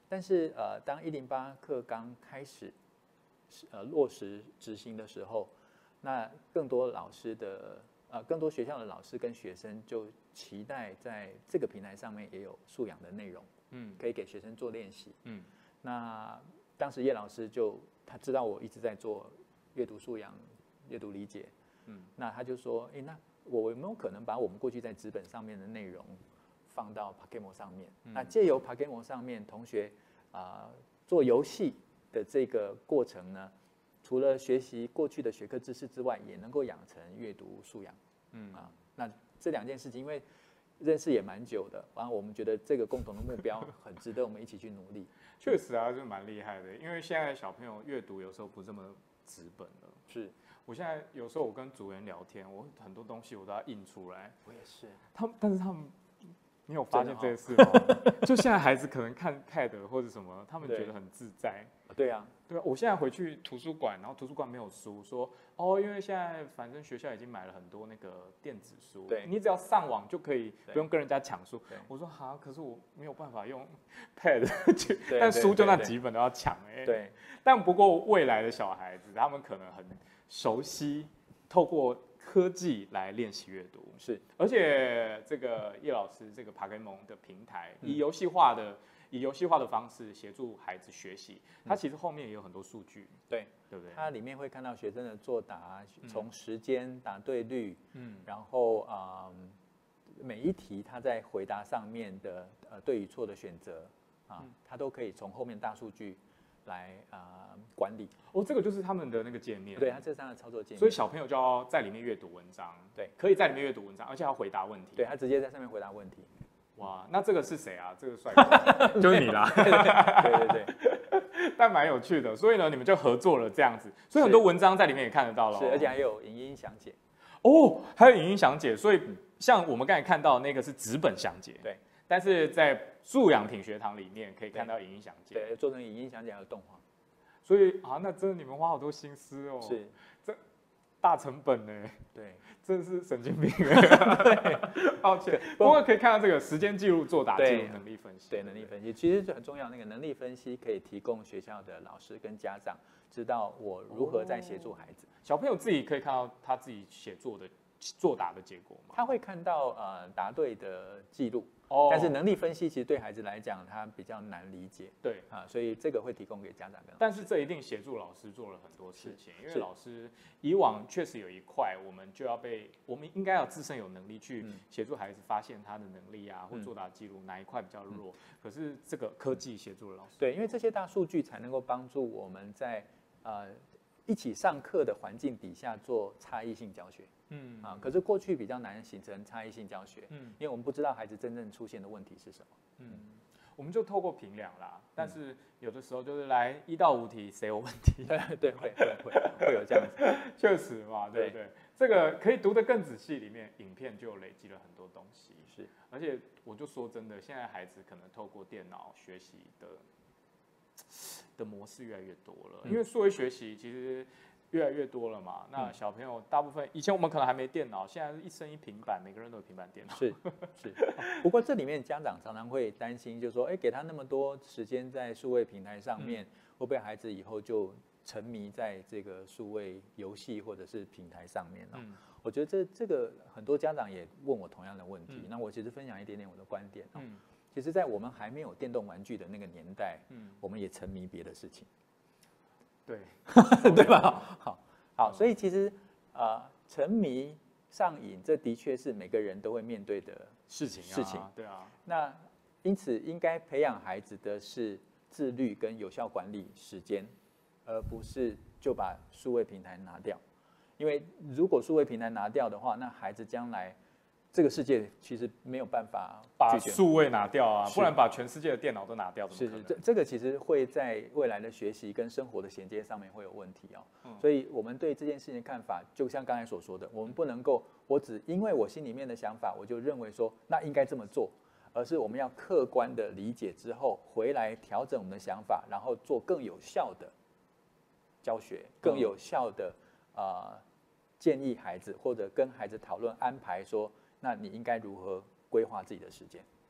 但是当108课纲开始落实执行的时候，那更多学校的老师跟学生就期待在这个平台上面也有素养的内容，可以给学生做练习，那当时叶老师他知道我一直在做阅读素养、阅读理解，那他就说，那我有没有可能把我们过去在纸本上面的内容放到 Pakemo 上面？那借由 Pakemo 上面同学做游戏的这个过程呢，除了学习过去的学科知识之外，也能够养成阅读素养。那这2件事情，因为认识也蛮久的，然后我们觉得这个共同的目标很值得我们一起去努力。 确实啊，就蛮厉害的，因为现在小朋友阅读有时候不这么纸本了。 是， 我现在有时候我跟组员聊天，我很多东西我都要印出来。 我也是。 但是他们。你有发现这个事吗？就现在孩子可能看 Pad 或者什么，他们觉得很自在。 对啊， 对啊。我现在回去图书馆，然后图书馆没有书，说因为现在反正学校已经买了很多那个电子书， 对， 你只要上网就可以，不用跟人家抢书。我说可是我没有办法用 Pad 去，但书就那几本都要抢对。 但不过未来的小孩子，他们可能很熟悉，透过科技来练习阅读， 是， 而且这个叶老师这个 Pakemo 的平台，以游戏化的方式协助孩子学习，它其实后面也有很多数据， 对不对？ 它里面会看到学生的作答，从时间、答对率，然后每一题他在回答上面的对与错的选择他都可以从后面大数据来管理。 这个就是他们的那个界面。 对，它这是它的操作界面。 所以小朋友就要在里面阅读文章。 对， 可以在里面阅读文章，而且要回答问题。 对，他直接在上面回答问题。 哇，那这个是谁啊？这个帅哥就是你啦。对。但蛮有趣的，所以呢，你们就合作了这样子，所以很多文章在里面也看得到了。 是，而且还有影音详解。 还有影音详解，所以像我们刚才看到那个是纸本详解。 对。 但是在素养品学堂里面可以看到影音详解， 对，做成影音详解还有动画， 所以那真的你们花好多心思哦， 是， 这大成本呢， 对， 真是神经病对，抱歉，不过可以看到这个时间记录、作答记录、能力分析， 对，能力分析其实很重要，那个能力分析可以提供学校的老师跟家长知道我如何在协助孩子， 小朋友自己可以看到他自己写作的作答的结果吗？ 他会看到答对的记录。但是能力分析其实对孩子来讲，他比较难理解。 对所以这个会提供给家长跟老师。 但是这一定协助老师做了很多事情，因为老师以往确实有一块，我们应该要自身有能力去协助孩子发现他的能力啊，或作答记录哪一块比较弱。可是这个科技协助了老师。 对，因为这些大数据才能够帮助我们在一起上课的环境底下做差异性教学。可是过去比较难形成差异性教学，因为我们不知道孩子真正出现的问题是什么。 我们就透过评量啦，但是有的时候就是来1到5题谁有问题？ 对，会有这样子， 确实嘛，对不对？这个可以读得更仔细，里面影片就累积了很多东西。 是， 而且我就说真的，现在孩子可能透过电脑学习的模式越来越多了，因为数位学习其实越来越多了嘛。那小朋友大部分以前我们可能还没电脑，现在是一生一平板，每个人都有平板电脑。 是。不过这里面家长常常会担心，就是说，给他那么多时间在数位平台上面，会不会孩子以后就沉迷在这个数位游戏或者是平台上面我觉得这个很多家长也问我同样的问题。那我其实分享一点点我的观点其实，在我们还没有电动玩具的那个年代，我们也沉迷别的事情。 对， 对吧？好，所以其实沉迷上瘾，这的确是每个人都会面对的事情。 对啊。 那因此，应该培养孩子的是自律跟有效管理时间，而不是就把数位平台拿掉。因为如果数位平台拿掉的话，那孩子将来这个世界其实没有办法把数位拿掉啊，不然把全世界的电脑都拿掉，怎么可能？ 这个其实会在未来的学习跟生活的衔接上面会有问题所以我们对这件事情的看法，就像刚才所说的，我们不能够我只因为我心里面的想法，我就认为说那应该这么做，而是我们要客观的理解之后，回来调整我们的想法，然后做更有效的教学，更有效的建议孩子，或者跟孩子讨论安排说。那你应该如何规划自己的时间？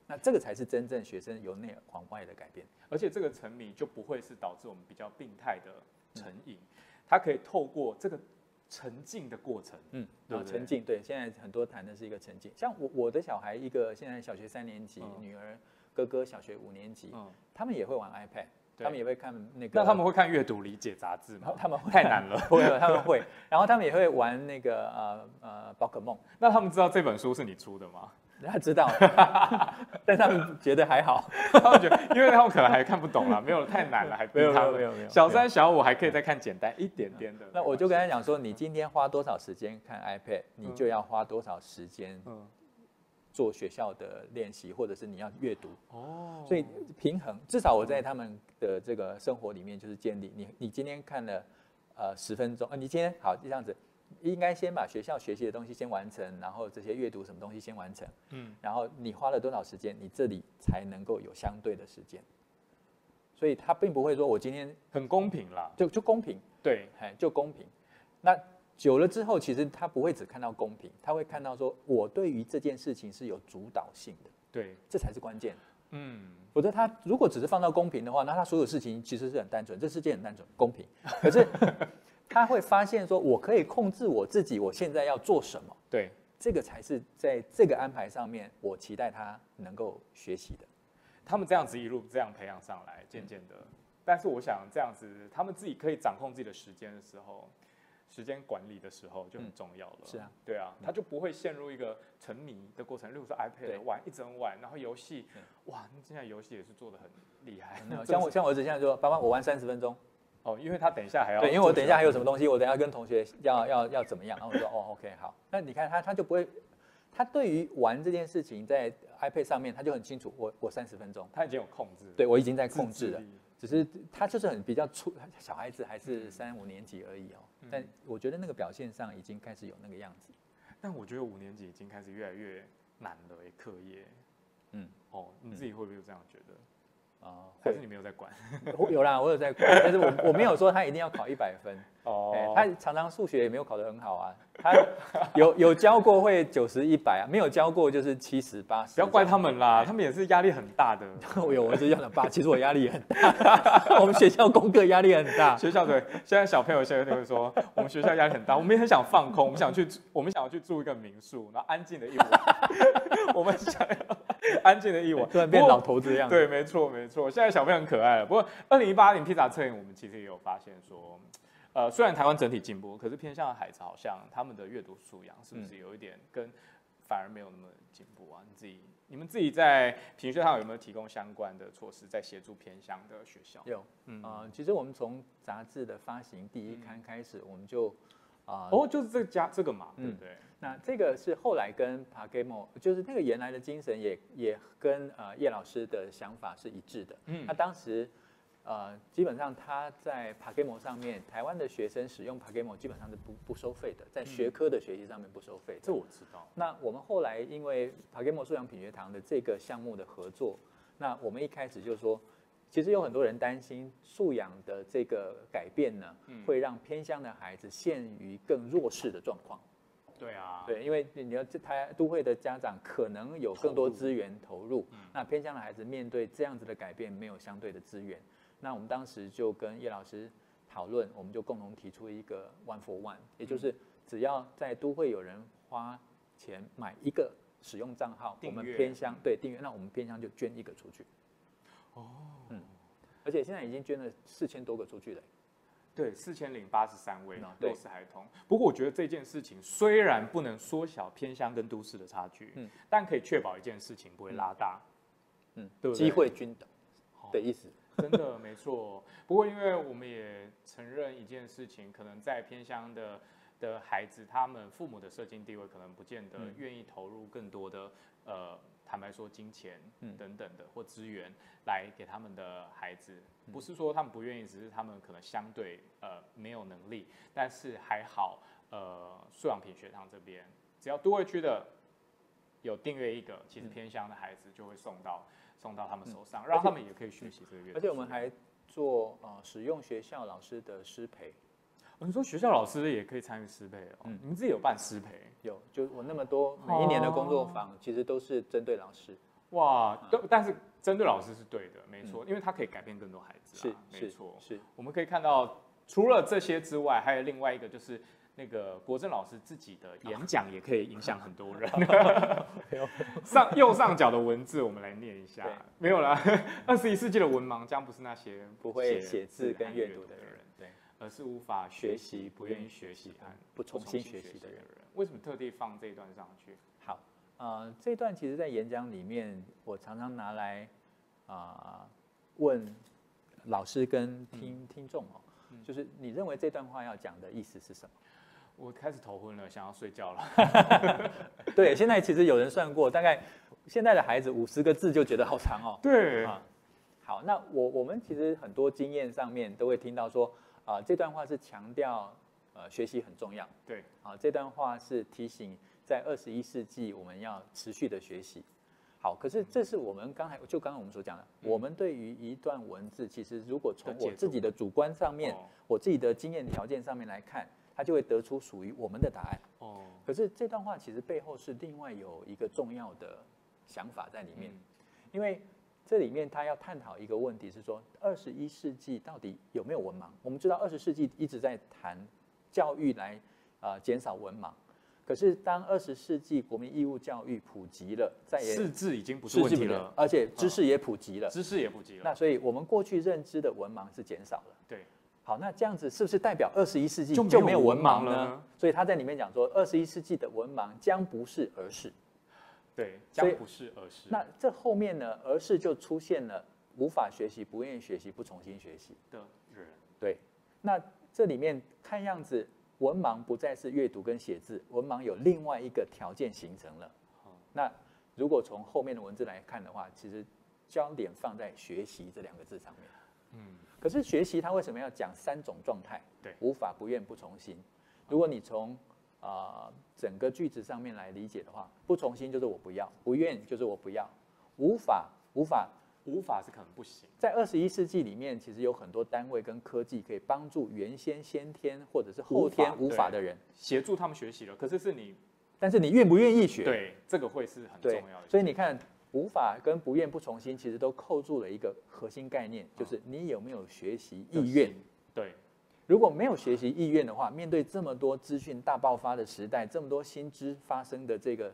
那这个才是真正学生由内往外的改变。 而且这个沉迷就不会是导致我们比较病态的成瘾，它可以透过这个沉浸的过程， 对不对？沉浸，对，现在很多谈的是一个沉浸。像我的小孩，一个现在小学3年级，女儿哥哥小学5年级，他们也会玩 iPad。他们也会看那个， 那他们会看阅读理解杂志吗？ 他们太难了， 会，他们会。然后他们也会玩那个宝可梦。 那他们知道这本书是你出的吗？ 他知道，但他们觉得还好。 他们觉得，因为他们可能还看不懂啦，没有太难了，还逼他们。 没有。 小3、小5还可以再看简单一点点的。 那我就跟他讲说，你今天花多少时间看 iPad，你就要花多少时间做学校的练习，或者是你要阅读。所以平衡，至少我在他们的这个生活里面就是建立，你今天看了10分钟，你今天好这样子，应该先把学校学习的东西先完成，然后这些阅读什么东西先完成，然后你花了多少时间，你这里才能够有相对的时间。所以他并不会说我今天很公平啦， 就公平， 对， 就公平。那久了之后，其实他不会只看到公平，他会看到说我对于这件事情是有主导性的， 对， 这才是关键。否则他如果只是放到公平的话，那他所有事情其实是很单纯，这世界很单纯，公平。可是他会发现说，我可以控制我自己，我现在要做什么。 对， 这个才是在这个安排上面，我期待他能够学习的。 他们这样子一路这样培养上来，渐渐的。但是我想这样子，他们自己可以掌控自己的时间的时候，时间管理的时候就很重要了。 是啊， 对啊，他就不会陷入一个沉迷的过程。例如说 iPad 玩一整晚，然后游戏，哇，现在游戏也是做得很厉害。 像我儿子现在说，爸爸我玩30分钟。 因为他等一下还要对，因为我等一下还有什么东西，我等一下跟同学要怎么样，然后我说OK 好。那你看他就不会，他对于玩这件事情在 iPad 上面他就很清楚，我30分钟， 他已经有控制， 对我已经在控制了。只是他就是很比较小孩子，还是3、5年级而已但我觉得那个表现上已经开始有那个样子。 但我觉得5年级已经开始越来越难了课业。你自己会不会这样觉得？还是你没有在管？ 有啦，我有在管，但是我没有说他一定要考100分。他常常数学也没有考得很好啊。他有教过会90、100啊，没有教过就是70、80。 不要怪他们啦，他们也是压力很大的。 我是这样的爸，其实我压力也很大。我们学校功课压力很大。 学校对，现在小朋友现在会说，我们学校压力很大，我们也很想放空，我们想要去住一个民宿，然后安静的一晚。我们想要安静的一晚， 突然变老头子的样子。 对，没错。现在小朋友很可爱了。不过2018年披萨测验，我们其实也有发现说，虽然台湾整体进步，可是偏向的孩子好像他们的阅读素养是不是有一点反而没有那么进步啊？你们自己在品学上有没有提供相关的措施，在协助偏乡的学校？ 有，其实我们从杂志的发行第1刊开始，我们就就是这个嘛，对不对？ 那这个是后来跟 Pagamo， 就是那个原来的精神也跟叶老师的想法是一致的。他当时基本上他在 Pagamo 上面，台湾的学生使用 Pagamo 基本上是不收费的，在学科的学习上面不收费的。 这我知道。 那我们后来因为 Pagamo 素养品学堂的这个项目的合作，那我们一开始就说，其实有很多人担心素养的这个改变呢，会让偏乡的孩子陷于更弱势的状况。 对啊， 对，因为你要都会的家长可能有更多资源投入，那偏乡的孩子面对这样子的改变，没有相对的资源。那我们当时就跟叶老师讨论，我们就共同提出一个 One for One， 也就是只要在都会有人花钱买一个使用账号，我们偏乡订阅，那我们偏乡就捐1个出去。而且现在已经捐了4000多个出去了。 对，4083位都是孩童。不过我觉得这件事情虽然不能缩小偏乡跟都市的差距，但可以确保一件事情不会拉大，对不对？ 机会均等的意思。 真的没错。不过因为我们也承认一件事情，可能在偏乡的孩子，他们父母的社经地位可能不见得愿意投入更多的坦白说金钱等等的或资源来给他们的孩子。不是说他们不愿意，只是他们可能相对没有能力。但是还好，素养品学堂这边只要都会区的有订阅1个，其实偏乡的孩子就会送到他们手上，让他们也可以学习这个阅读。 而且我们还做使用学校老师的师培。 你说学校老师也可以参与师培哦？你们自己有办师培？ 有，就我那么多每一年的工作坊，其实都是针对老师。 哇，但是针对老师是对的，没错，因为他可以改变更多孩子。没错， 是。 我们可以看到，除了这些之外，还有另外一个就是那个国珍老师自己的演讲也可以影响很多人。右上角的文字，我们来念一下。没有啦，21世纪的文盲将不是那些不会写字跟阅读的人，对， 而是无法学习、不愿意学习、 不重新学习的人。 为什么特地放这一段上去？ 好，这一段其实在演讲里面，我常常拿来问老师跟听众哦，就是你认为这段话要讲的意思是什么？ 我开始头昏了，想要睡觉了。 对，现在其实有人算过，大概现在的孩子50个字就觉得好长哦。 对好，那我们其实很多经验上面都会听到说，这段话是强调学习很重要。 对， 这段话是提醒在21世纪我们要持续的学习。好，可是这是我们刚才我们所讲的，我们对于一段文字，其实如果从我自己的主观上面，我自己的经验条件上面来看，它就会得出属于我们的答案。可是这段话其实背后是另外有一个重要的想法在里面，因为这里面他要探讨一个问题是说，21世纪到底有没有文盲？我们知道20世纪一直在谈教育来减少文盲，可是当20世纪国民义务教育普及了， 识字已经不是问题了， 而且知识也普及了， 那所以我们过去认知的文盲是减少了。 对。 好，那这样子是不是代表21世纪就没有文盲呢？所以他在里面讲说，21世纪的文盲将不是儿时。 对，将不是儿时。 那这后面呢，儿时就出现了无法学习、不愿意学习、不重新学习的人。 对，那这里面看样子文盲不再是阅读跟写字，文盲有另外一个条件形成了。那如果从后面的文字来看的话，其实焦点放在学习这2个字上面。可是学习它为什么要讲3种状态？ 对， 无法、不愿、不重新。如果你从整个句子上面来理解的话，不重新就是我不要，不愿就是我不要，无法是可能不行。 在21世纪里面，其实有很多单位跟科技可以帮助原先先天或者是后天无法的人， 协助他们学习了。可是但是你愿不愿意学？ 对，这个会是很重要的。 所以你看，无法跟不愿不重新，其实都扣住了一个核心概念，就是你有没有学习意愿。 对。 如果没有学习意愿的话，面对这么多资讯大爆发的时代，这么多新知发生的这个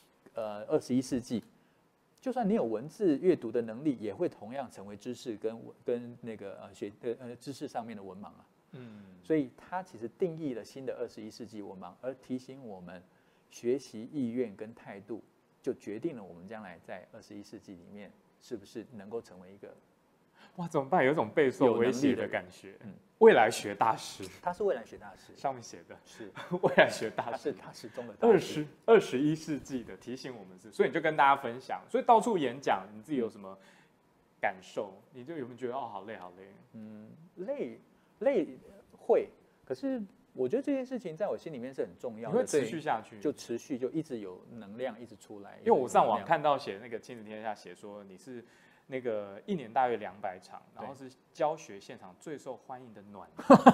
21世纪，就算你有文字阅读的能力，也会同样成为知识跟那个知识上面的文盲啊。所以它其实定义了新的21世纪文盲，而提醒我们学习意愿跟态度，就决定了我们将来在21世纪里面是不是能够成为一个。 哇，怎么办？有一种备受威胁的感觉。未来学大师， 他是未来学大师， 上面写的是未来学大师， 他是中的大师。 21世纪的提醒我们是，所以你就跟大家分享，所以到处演讲，你自己有什么感受？你就有没有觉得好累好累？ 累会，可是我觉得这件事情在我心里面是很重要的， 你会持续下去， 就持续就一直有能量一直出来。 因为我上网看到写那个亲子天下写说你是。那个1年大约200场，然后是教学现场最受欢迎的暖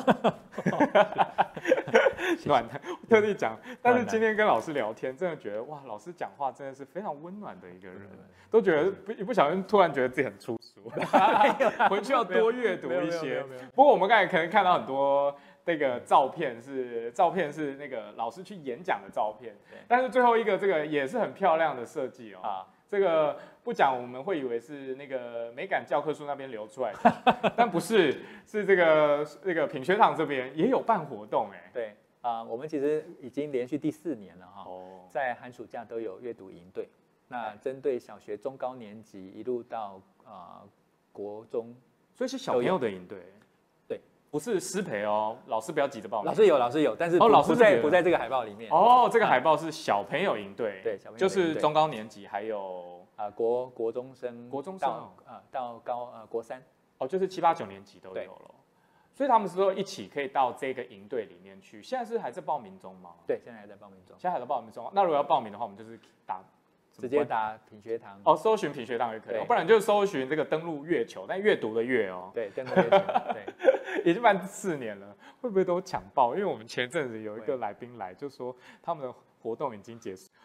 男，特地讲。但是今天跟老师聊天，真的觉得哇，老师讲话真的是非常温暖的一个人，都觉得一不小心突然觉得自己很粗俗，回去要多阅读一些。不过我们刚才可能看到很多那个照片是那个老师去演讲的照片，但是最后一个这个也是很漂亮的设计哦。这个不讲，我们会以为是那个美感教科书那边流出来的，但不是，是这个品学堂这边也有办活动哎。 对我们其实已经连续第4年了哈，在寒暑假都有阅读营队，那针对小学、中高年级一路到国中， 所以是小朋友的营队。 对， 不是师培哦，老师不要急着报名。 老师有，但是老师不在这个海报里面。 这个海报是小朋友营队， 对，小朋友就是中高年级还有国中生，到国3， 就是7、8、9年级都有了。所以他们说一起可以到这个营队里面去。现在是还在报名中吗？ 对，现在还在报名中。 现在还在报名中。那如果要报名的话，我们就是直接打品学堂搜寻品学堂也可以，不然就搜寻这个登录月球，但阅读的阅哦。 对，登录月球。对， 已经办4年了，会不会都抢报？因为我们前阵子有一个来宾来，就说他们的活动已经结束。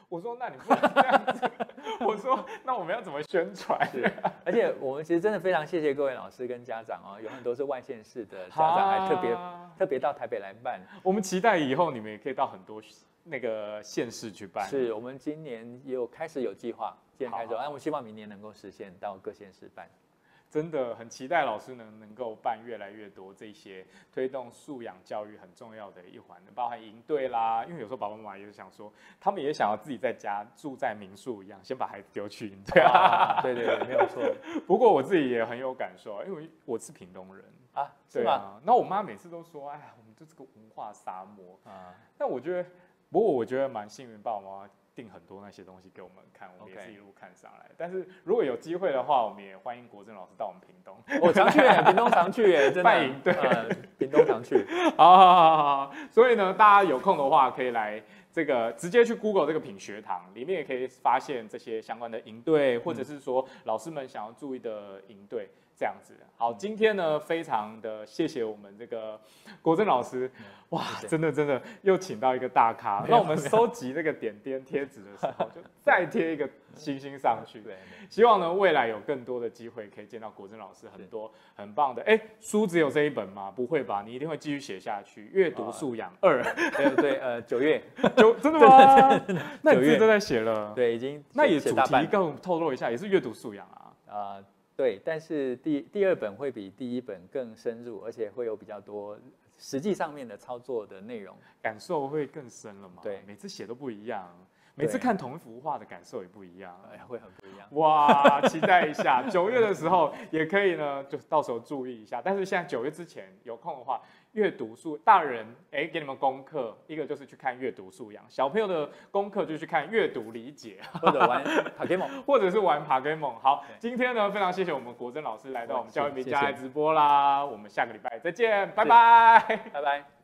我说那你不能这样子，我说那我们要怎么宣传？ 而且我们其实真的非常谢谢各位老师跟家长哦，有很多是外县市的家长还特别到台北来办。 我们期待以后你们也可以到很多那个县市去办。 是我们今年也开始有计划，今年开始，我们希望明年能够实现到各县市办。 真的很期待老师能够办越来越多这些推动素养教育很重要的一环，包含营队啦。因为有时候爸爸妈妈也是想说，他们也想要自己在家住在民宿一样，先把孩子丢去营队啊。对，没有错。 不过我自己也很有感受，因为我是屏东人啊， 是吗？那我妈每次都说，哎，我们就是个文化沙漠啊。但我觉得，不过我觉得蛮幸运，爸爸妈妈订很多那些东西给我们看，我们也是一路看上来。但是如果有机会的话，我们也欢迎国珍老师到我们屏东。 我常去屏东常去真的。 办营队， 屏东常去。 好。所以呢，大家有空的话可以来这个直接去 Google 这个品学堂，里面也可以发现这些相关的营队，或者是说老师们想要注意的营队。这样子，好，今天呢，非常的谢谢我们这个国珍老师，哇，真的又请到一个大咖。那我们收集这个点点贴纸的时候，就再贴一个星星上去。对，希望呢未来有更多的机会可以见到国珍老师很多很棒的。哎，书只有这一本吗？不会吧，你一定会继续写下去。阅读素养2， 对，9月真的吗？那你自己都在写了？ 对，已经。 那也主题跟我们透露一下，也是阅读素养啊。 对，但是第二本会比第一本更深入，而且会有比较多实际上面的操作的内容， 感受会更深了嘛？ 对， 每次写都不一样，每次看同一幅画的感受也不一样， 会很不一样。 哇，期待一下9月的时候也可以呢，就到时候注意一下。但是现在9月之前有空的话，阅读素大人给你们功课，一个就是去看阅读素养，小朋友的功课就去看阅读理解， 或者玩爬 Game， 或者是玩爬 Game。好，今天呢非常谢谢我们国珍老师来到我们教育名家来直播啦，我们下个礼拜再见，拜拜， 拜拜。